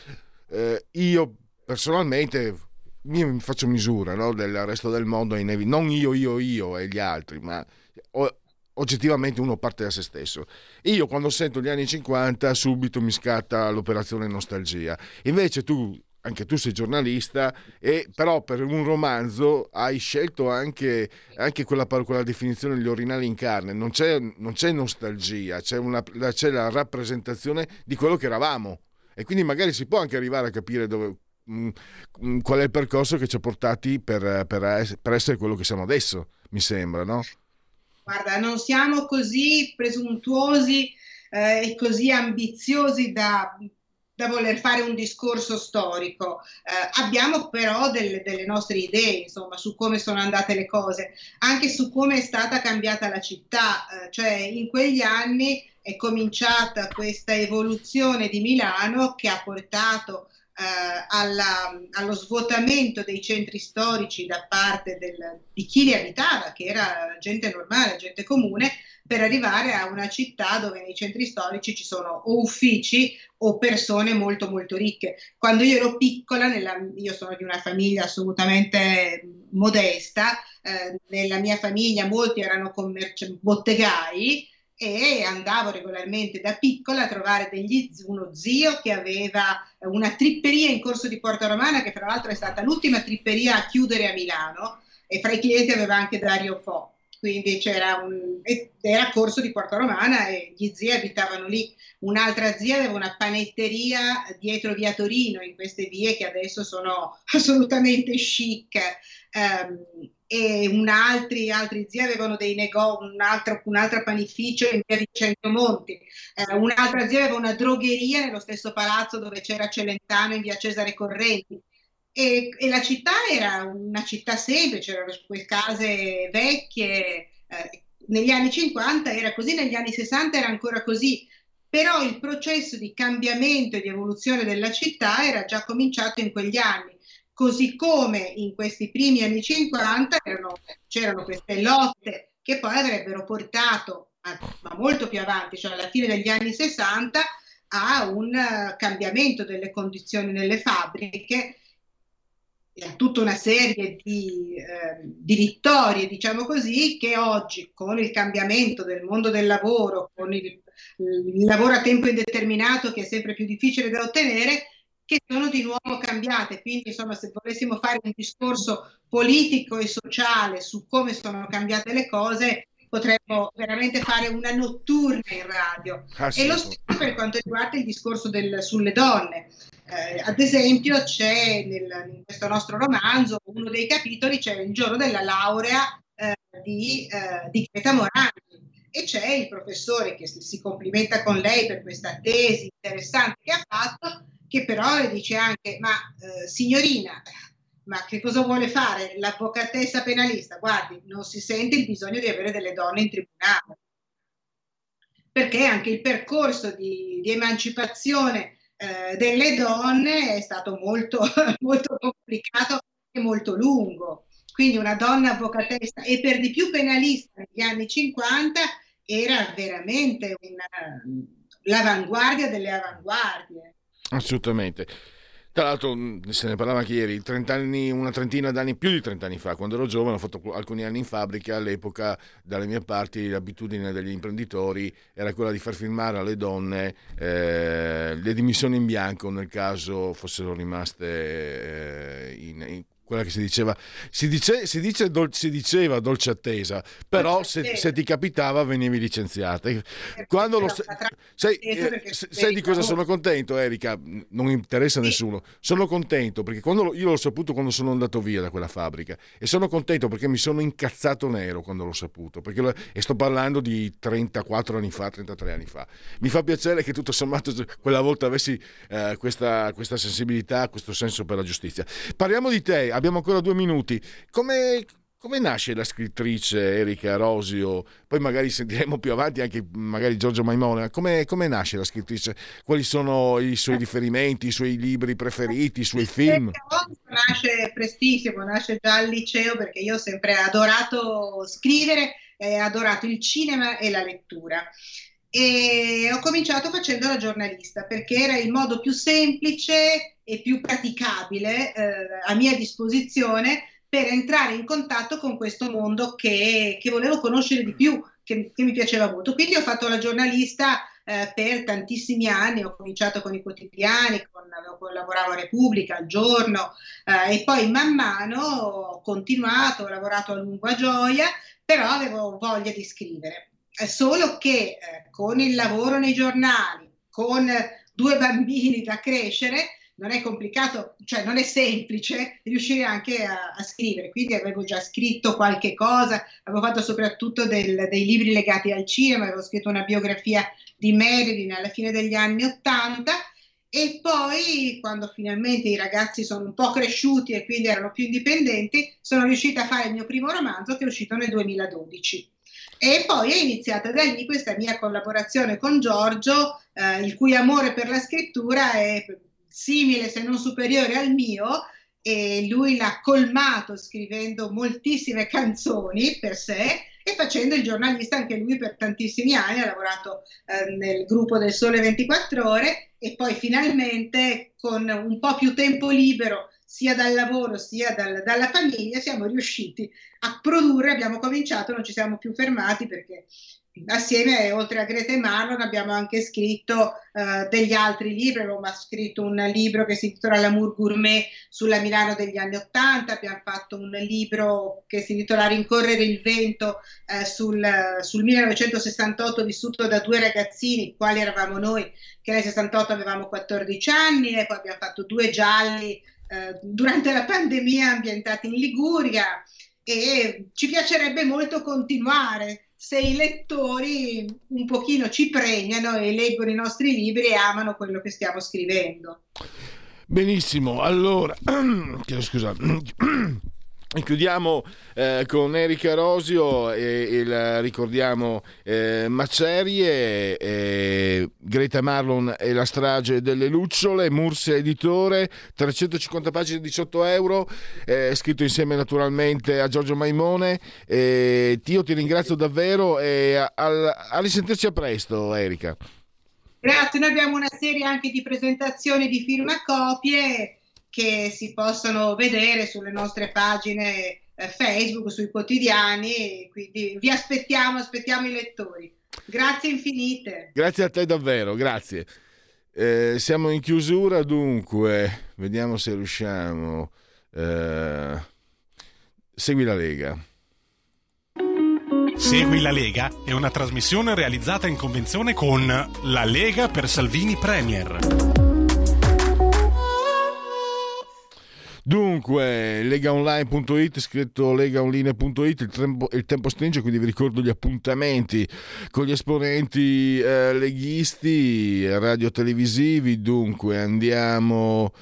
Io personalmente mi faccio misura, no, del resto del mondo, non io e gli altri, ma oggettivamente uno parte da se stesso. Io quando sento gli anni 50 subito mi scatta l'operazione nostalgia. Invece anche tu sei giornalista, e però per un romanzo hai scelto anche quella definizione degli orinali in carne. Non c'è nostalgia, c'è la rappresentazione di quello che eravamo, e quindi magari si può anche arrivare a capire qual è il percorso che ci ha portati per essere quello che siamo adesso, mi sembra, no? Guarda, non siamo così presuntuosi e così ambiziosi da voler fare un discorso storico. Abbiamo però delle nostre idee, insomma, su come sono andate le cose, anche su come è stata cambiata la città, cioè in quegli anni è cominciata questa evoluzione di Milano che ha portato allo svuotamento dei centri storici da parte di chi li abitava, che era gente normale, gente comune, per arrivare a una città dove nei centri storici ci sono o uffici o persone molto molto ricche. Quando io ero piccola, io sono di una famiglia assolutamente modesta, nella mia famiglia molti erano bottegai, e andavo regolarmente da piccola a trovare uno zio che aveva una tripperia in Corso di Porta Romana, che tra l'altro è stata l'ultima tripperia a chiudere a Milano, e fra i clienti aveva anche Dario Fo, quindi era Corso di Porta Romana e gli zii abitavano lì. Un'altra zia aveva una panetteria dietro via Torino, in queste vie che adesso sono assolutamente chic, e altri zii avevano dei un'altra panificio in via Vincenzo Monti, un'altra zia aveva una drogheria nello stesso palazzo dove c'era Celentano in via Cesare Correnti, e la città era una città semplice, c'erano quelle case vecchie, negli anni 50 era così, negli anni 60 era ancora così, però il processo di cambiamento e di evoluzione della città era già cominciato in quegli anni. Così come in questi primi anni 50 c'erano queste lotte che poi avrebbero portato, ma molto più avanti, cioè alla fine degli anni 60, a un cambiamento delle condizioni nelle fabbriche, e a tutta una serie di vittorie, diciamo così, che oggi, con il cambiamento del mondo del lavoro, con il lavoro a tempo indeterminato che è sempre più difficile da ottenere, che sono di nuovo cambiate. Quindi insomma, se volessimo fare un discorso politico e sociale su come sono cambiate le cose, potremmo veramente fare una notturna in radio. Sì. E lo stesso per quanto riguarda il discorso sulle donne. Ad esempio c'è in questo nostro romanzo, uno dei capitoli, c'è il giorno della laurea di Greta Morandi, e c'è il professore che si complimenta con lei per questa tesi interessante che ha fatto, che però le dice anche: ma signorina, ma che cosa vuole fare l'avvocatessa penalista? Guardi, non si sente il bisogno di avere delle donne in tribunale, perché anche il percorso di emancipazione delle donne è stato molto, molto complicato e molto lungo. Quindi una donna avvocatessa, e per di più penalista negli anni 50, era veramente l'avanguardia delle avanguardie. Assolutamente. Tra l'altro se ne parlava anche ieri, 30 anni, una trentina d'anni, più di 30 anni fa, quando ero giovane, ho fatto alcuni anni in fabbrica. All'epoca, dalle mie parti, l'abitudine degli imprenditori era quella di far firmare alle donne le dimissioni in bianco nel caso fossero rimaste in quella che si diceva dolce attesa, però se ti capitava venivi licenziata. Quando sai di cosa sono contento, Erika? Non interessa a nessuno. Sono contento perché io l'ho saputo quando sono andato via da quella fabbrica, e sono contento perché mi sono incazzato nero quando l'ho saputo, e sto parlando di 34 anni fa, 33 anni fa. Mi fa piacere che tutto sommato quella volta avessi questa sensibilità, questo senso per la giustizia. Parliamo di te. Abbiamo ancora 2 minuti. Come nasce la scrittrice Erika Rosio? Poi magari sentiremo più avanti anche magari Giorgio Maimone. Come nasce la scrittrice? Quali sono i suoi riferimenti, i suoi libri preferiti, i suoi film? Nasce prestissimo, nasce già al liceo, perché io ho sempre adorato scrivere, adorato il cinema e la lettura. E ho cominciato facendo la giornalista perché era il modo più semplice e più praticabile a mia disposizione per entrare in contatto con questo mondo che volevo conoscere di più, che mi piaceva molto. Quindi ho fatto la giornalista per tantissimi anni. Ho cominciato con i quotidiani, lavoravo a Repubblica, al Giorno, e poi man mano ho continuato, ho lavorato a lungo a Gioia, però avevo voglia di scrivere. Solo che con il lavoro nei giornali, con 2 bambini da crescere, non è complicato, cioè non è semplice riuscire anche a scrivere. Quindi avevo già scritto qualche cosa, avevo fatto soprattutto dei libri legati al cinema, avevo scritto una biografia di Marilyn alla fine degli anni '80, e poi quando finalmente i ragazzi sono un po' cresciuti e quindi erano più indipendenti, sono riuscita a fare il mio primo romanzo, che è uscito nel 2012. E poi è iniziata da lì questa mia collaborazione con Giorgio, il cui amore per la scrittura è simile se non superiore al mio, e lui l'ha colmato scrivendo moltissime canzoni per sé e facendo il giornalista anche lui per tantissimi anni. Ha lavorato nel gruppo del Sole 24 Ore e poi finalmente, con un po' più tempo libero sia dal lavoro sia dalla famiglia, siamo riusciti a produrre. Abbiamo cominciato, non ci siamo più fermati, perché assieme, oltre a Grete Marlon, abbiamo anche scritto degli altri libri. Abbiamo scritto un libro che si intitola L'amour gourmet sulla Milano degli anni '80, abbiamo fatto un libro che si intitola Rincorrere il vento sul 1968, vissuto da due ragazzini, quali eravamo noi, che nel 68 avevamo 14 anni, e poi abbiamo fatto 2 gialli durante la pandemia ambientati in Liguria, e ci piacerebbe molto continuare se i lettori un pochino ci premiano e leggono i nostri libri e amano quello che stiamo scrivendo. Benissimo, allora scusate. Chiudiamo con Erika Rosio e ricordiamo Macerie, Greta Marlon e la strage delle lucciole, Mursia editore, 350 pagine, 18 euro, scritto insieme naturalmente a Giorgio Maimone. Io ti ringrazio davvero e a risentirci a presto, Erika. Grazie, noi abbiamo una serie anche di presentazioni di firmacopie che si possono vedere sulle nostre pagine Facebook, sui quotidiani, quindi vi aspettiamo i lettori. Grazie infinite. Grazie a te davvero, grazie. Siamo in chiusura, dunque vediamo se riusciamo. Segui la Lega. Segui la Lega è una trasmissione realizzata in convenzione con La Lega per Salvini Premier. Dunque, legaonline.it, scritto legaonline.it, il tempo stringe, quindi vi ricordo gli appuntamenti con gli esponenti leghisti radiotelevisivi. Dunque andiamo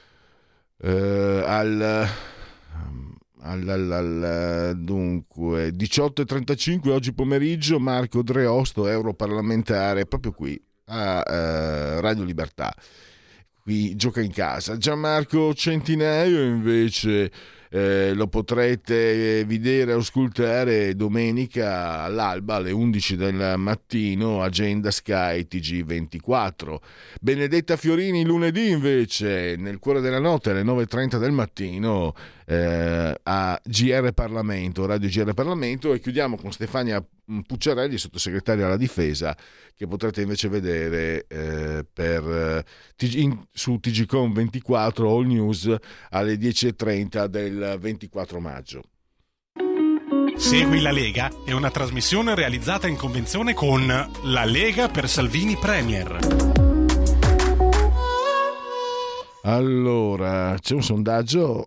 dunque 18:35 oggi pomeriggio, Marco Dreosto, europarlamentare, proprio qui a Radio Libertà. Qui gioca in casa. Gianmarco Centinaio invece lo potrete vedere o ascoltare domenica all'alba alle 11 del mattino, agenda Sky TG24. Benedetta Fiorini lunedì invece nel cuore della notte alle 9:30 del mattino a GR Parlamento, Radio GR Parlamento, e chiudiamo con Stefania Pucciarelli, sottosegretaria alla difesa, che potrete invece vedere su TGCom 24 All News alle 10:30 del 24 maggio. Segui la Lega è una trasmissione realizzata in convenzione con La Lega per Salvini Premier. Allora, c'è un sondaggio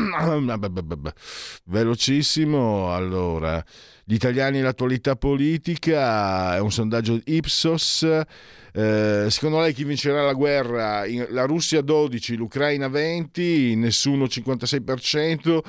velocissimo. Allora, gli italiani e l'attualità politica, è un sondaggio Ipsos. Secondo lei chi vincerà la guerra? La Russia 12, l'Ucraina 20, nessuno 56%.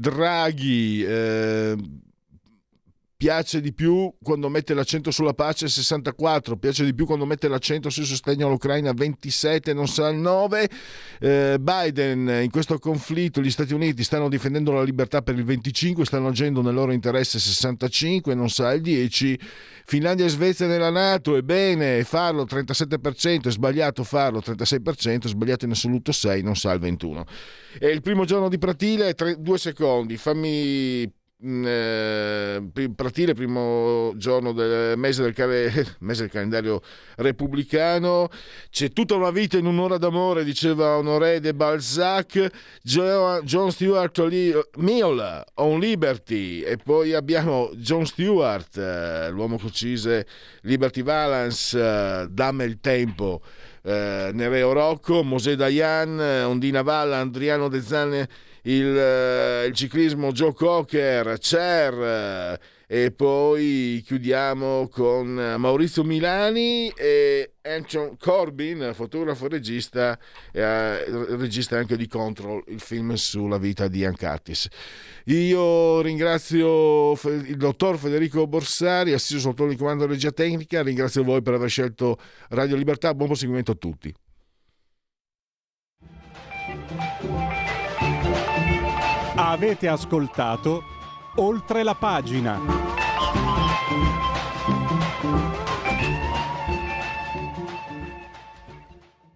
Draghi piace di più quando mette l'accento sulla pace 64, piace di più quando mette l'accento sul sostegno all'Ucraina 27, non sa il 9. Biden, in questo conflitto gli Stati Uniti stanno difendendo la libertà per il 25, stanno agendo nel loro interesse 65, non sa il 10. Finlandia e Svezia nella NATO, è bene farlo 37%, è sbagliato farlo 36%, è sbagliato in assoluto 6, non sa il 21. E il primo giorno di Pratile, 2 secondi, fammi Pratile, primo giorno del mese del calendario repubblicano. C'è tutta una vita in un'ora d'amore, diceva Honoré de Balzac. John Stuart Mill on Liberty, e poi abbiamo John Stewart, l'uomo che uccise Liberty Valance, Damme il tempo, Nereo Rocco, Mosè Dayan, Ondina Valla, Adriano De Zanne, il ciclismo, Joe Cocker, Cher, e poi chiudiamo con Maurizio Milani e Anton Corbin, fotografo e regista anche di Control, il film sulla vita di Ian Curtis. Io ringrazio il dottor Federico Borsari, assiso sotto il comando di regia tecnica. Ringrazio voi per aver scelto Radio Libertà. Buon proseguimento a tutti. Avete ascoltato Oltre la pagina.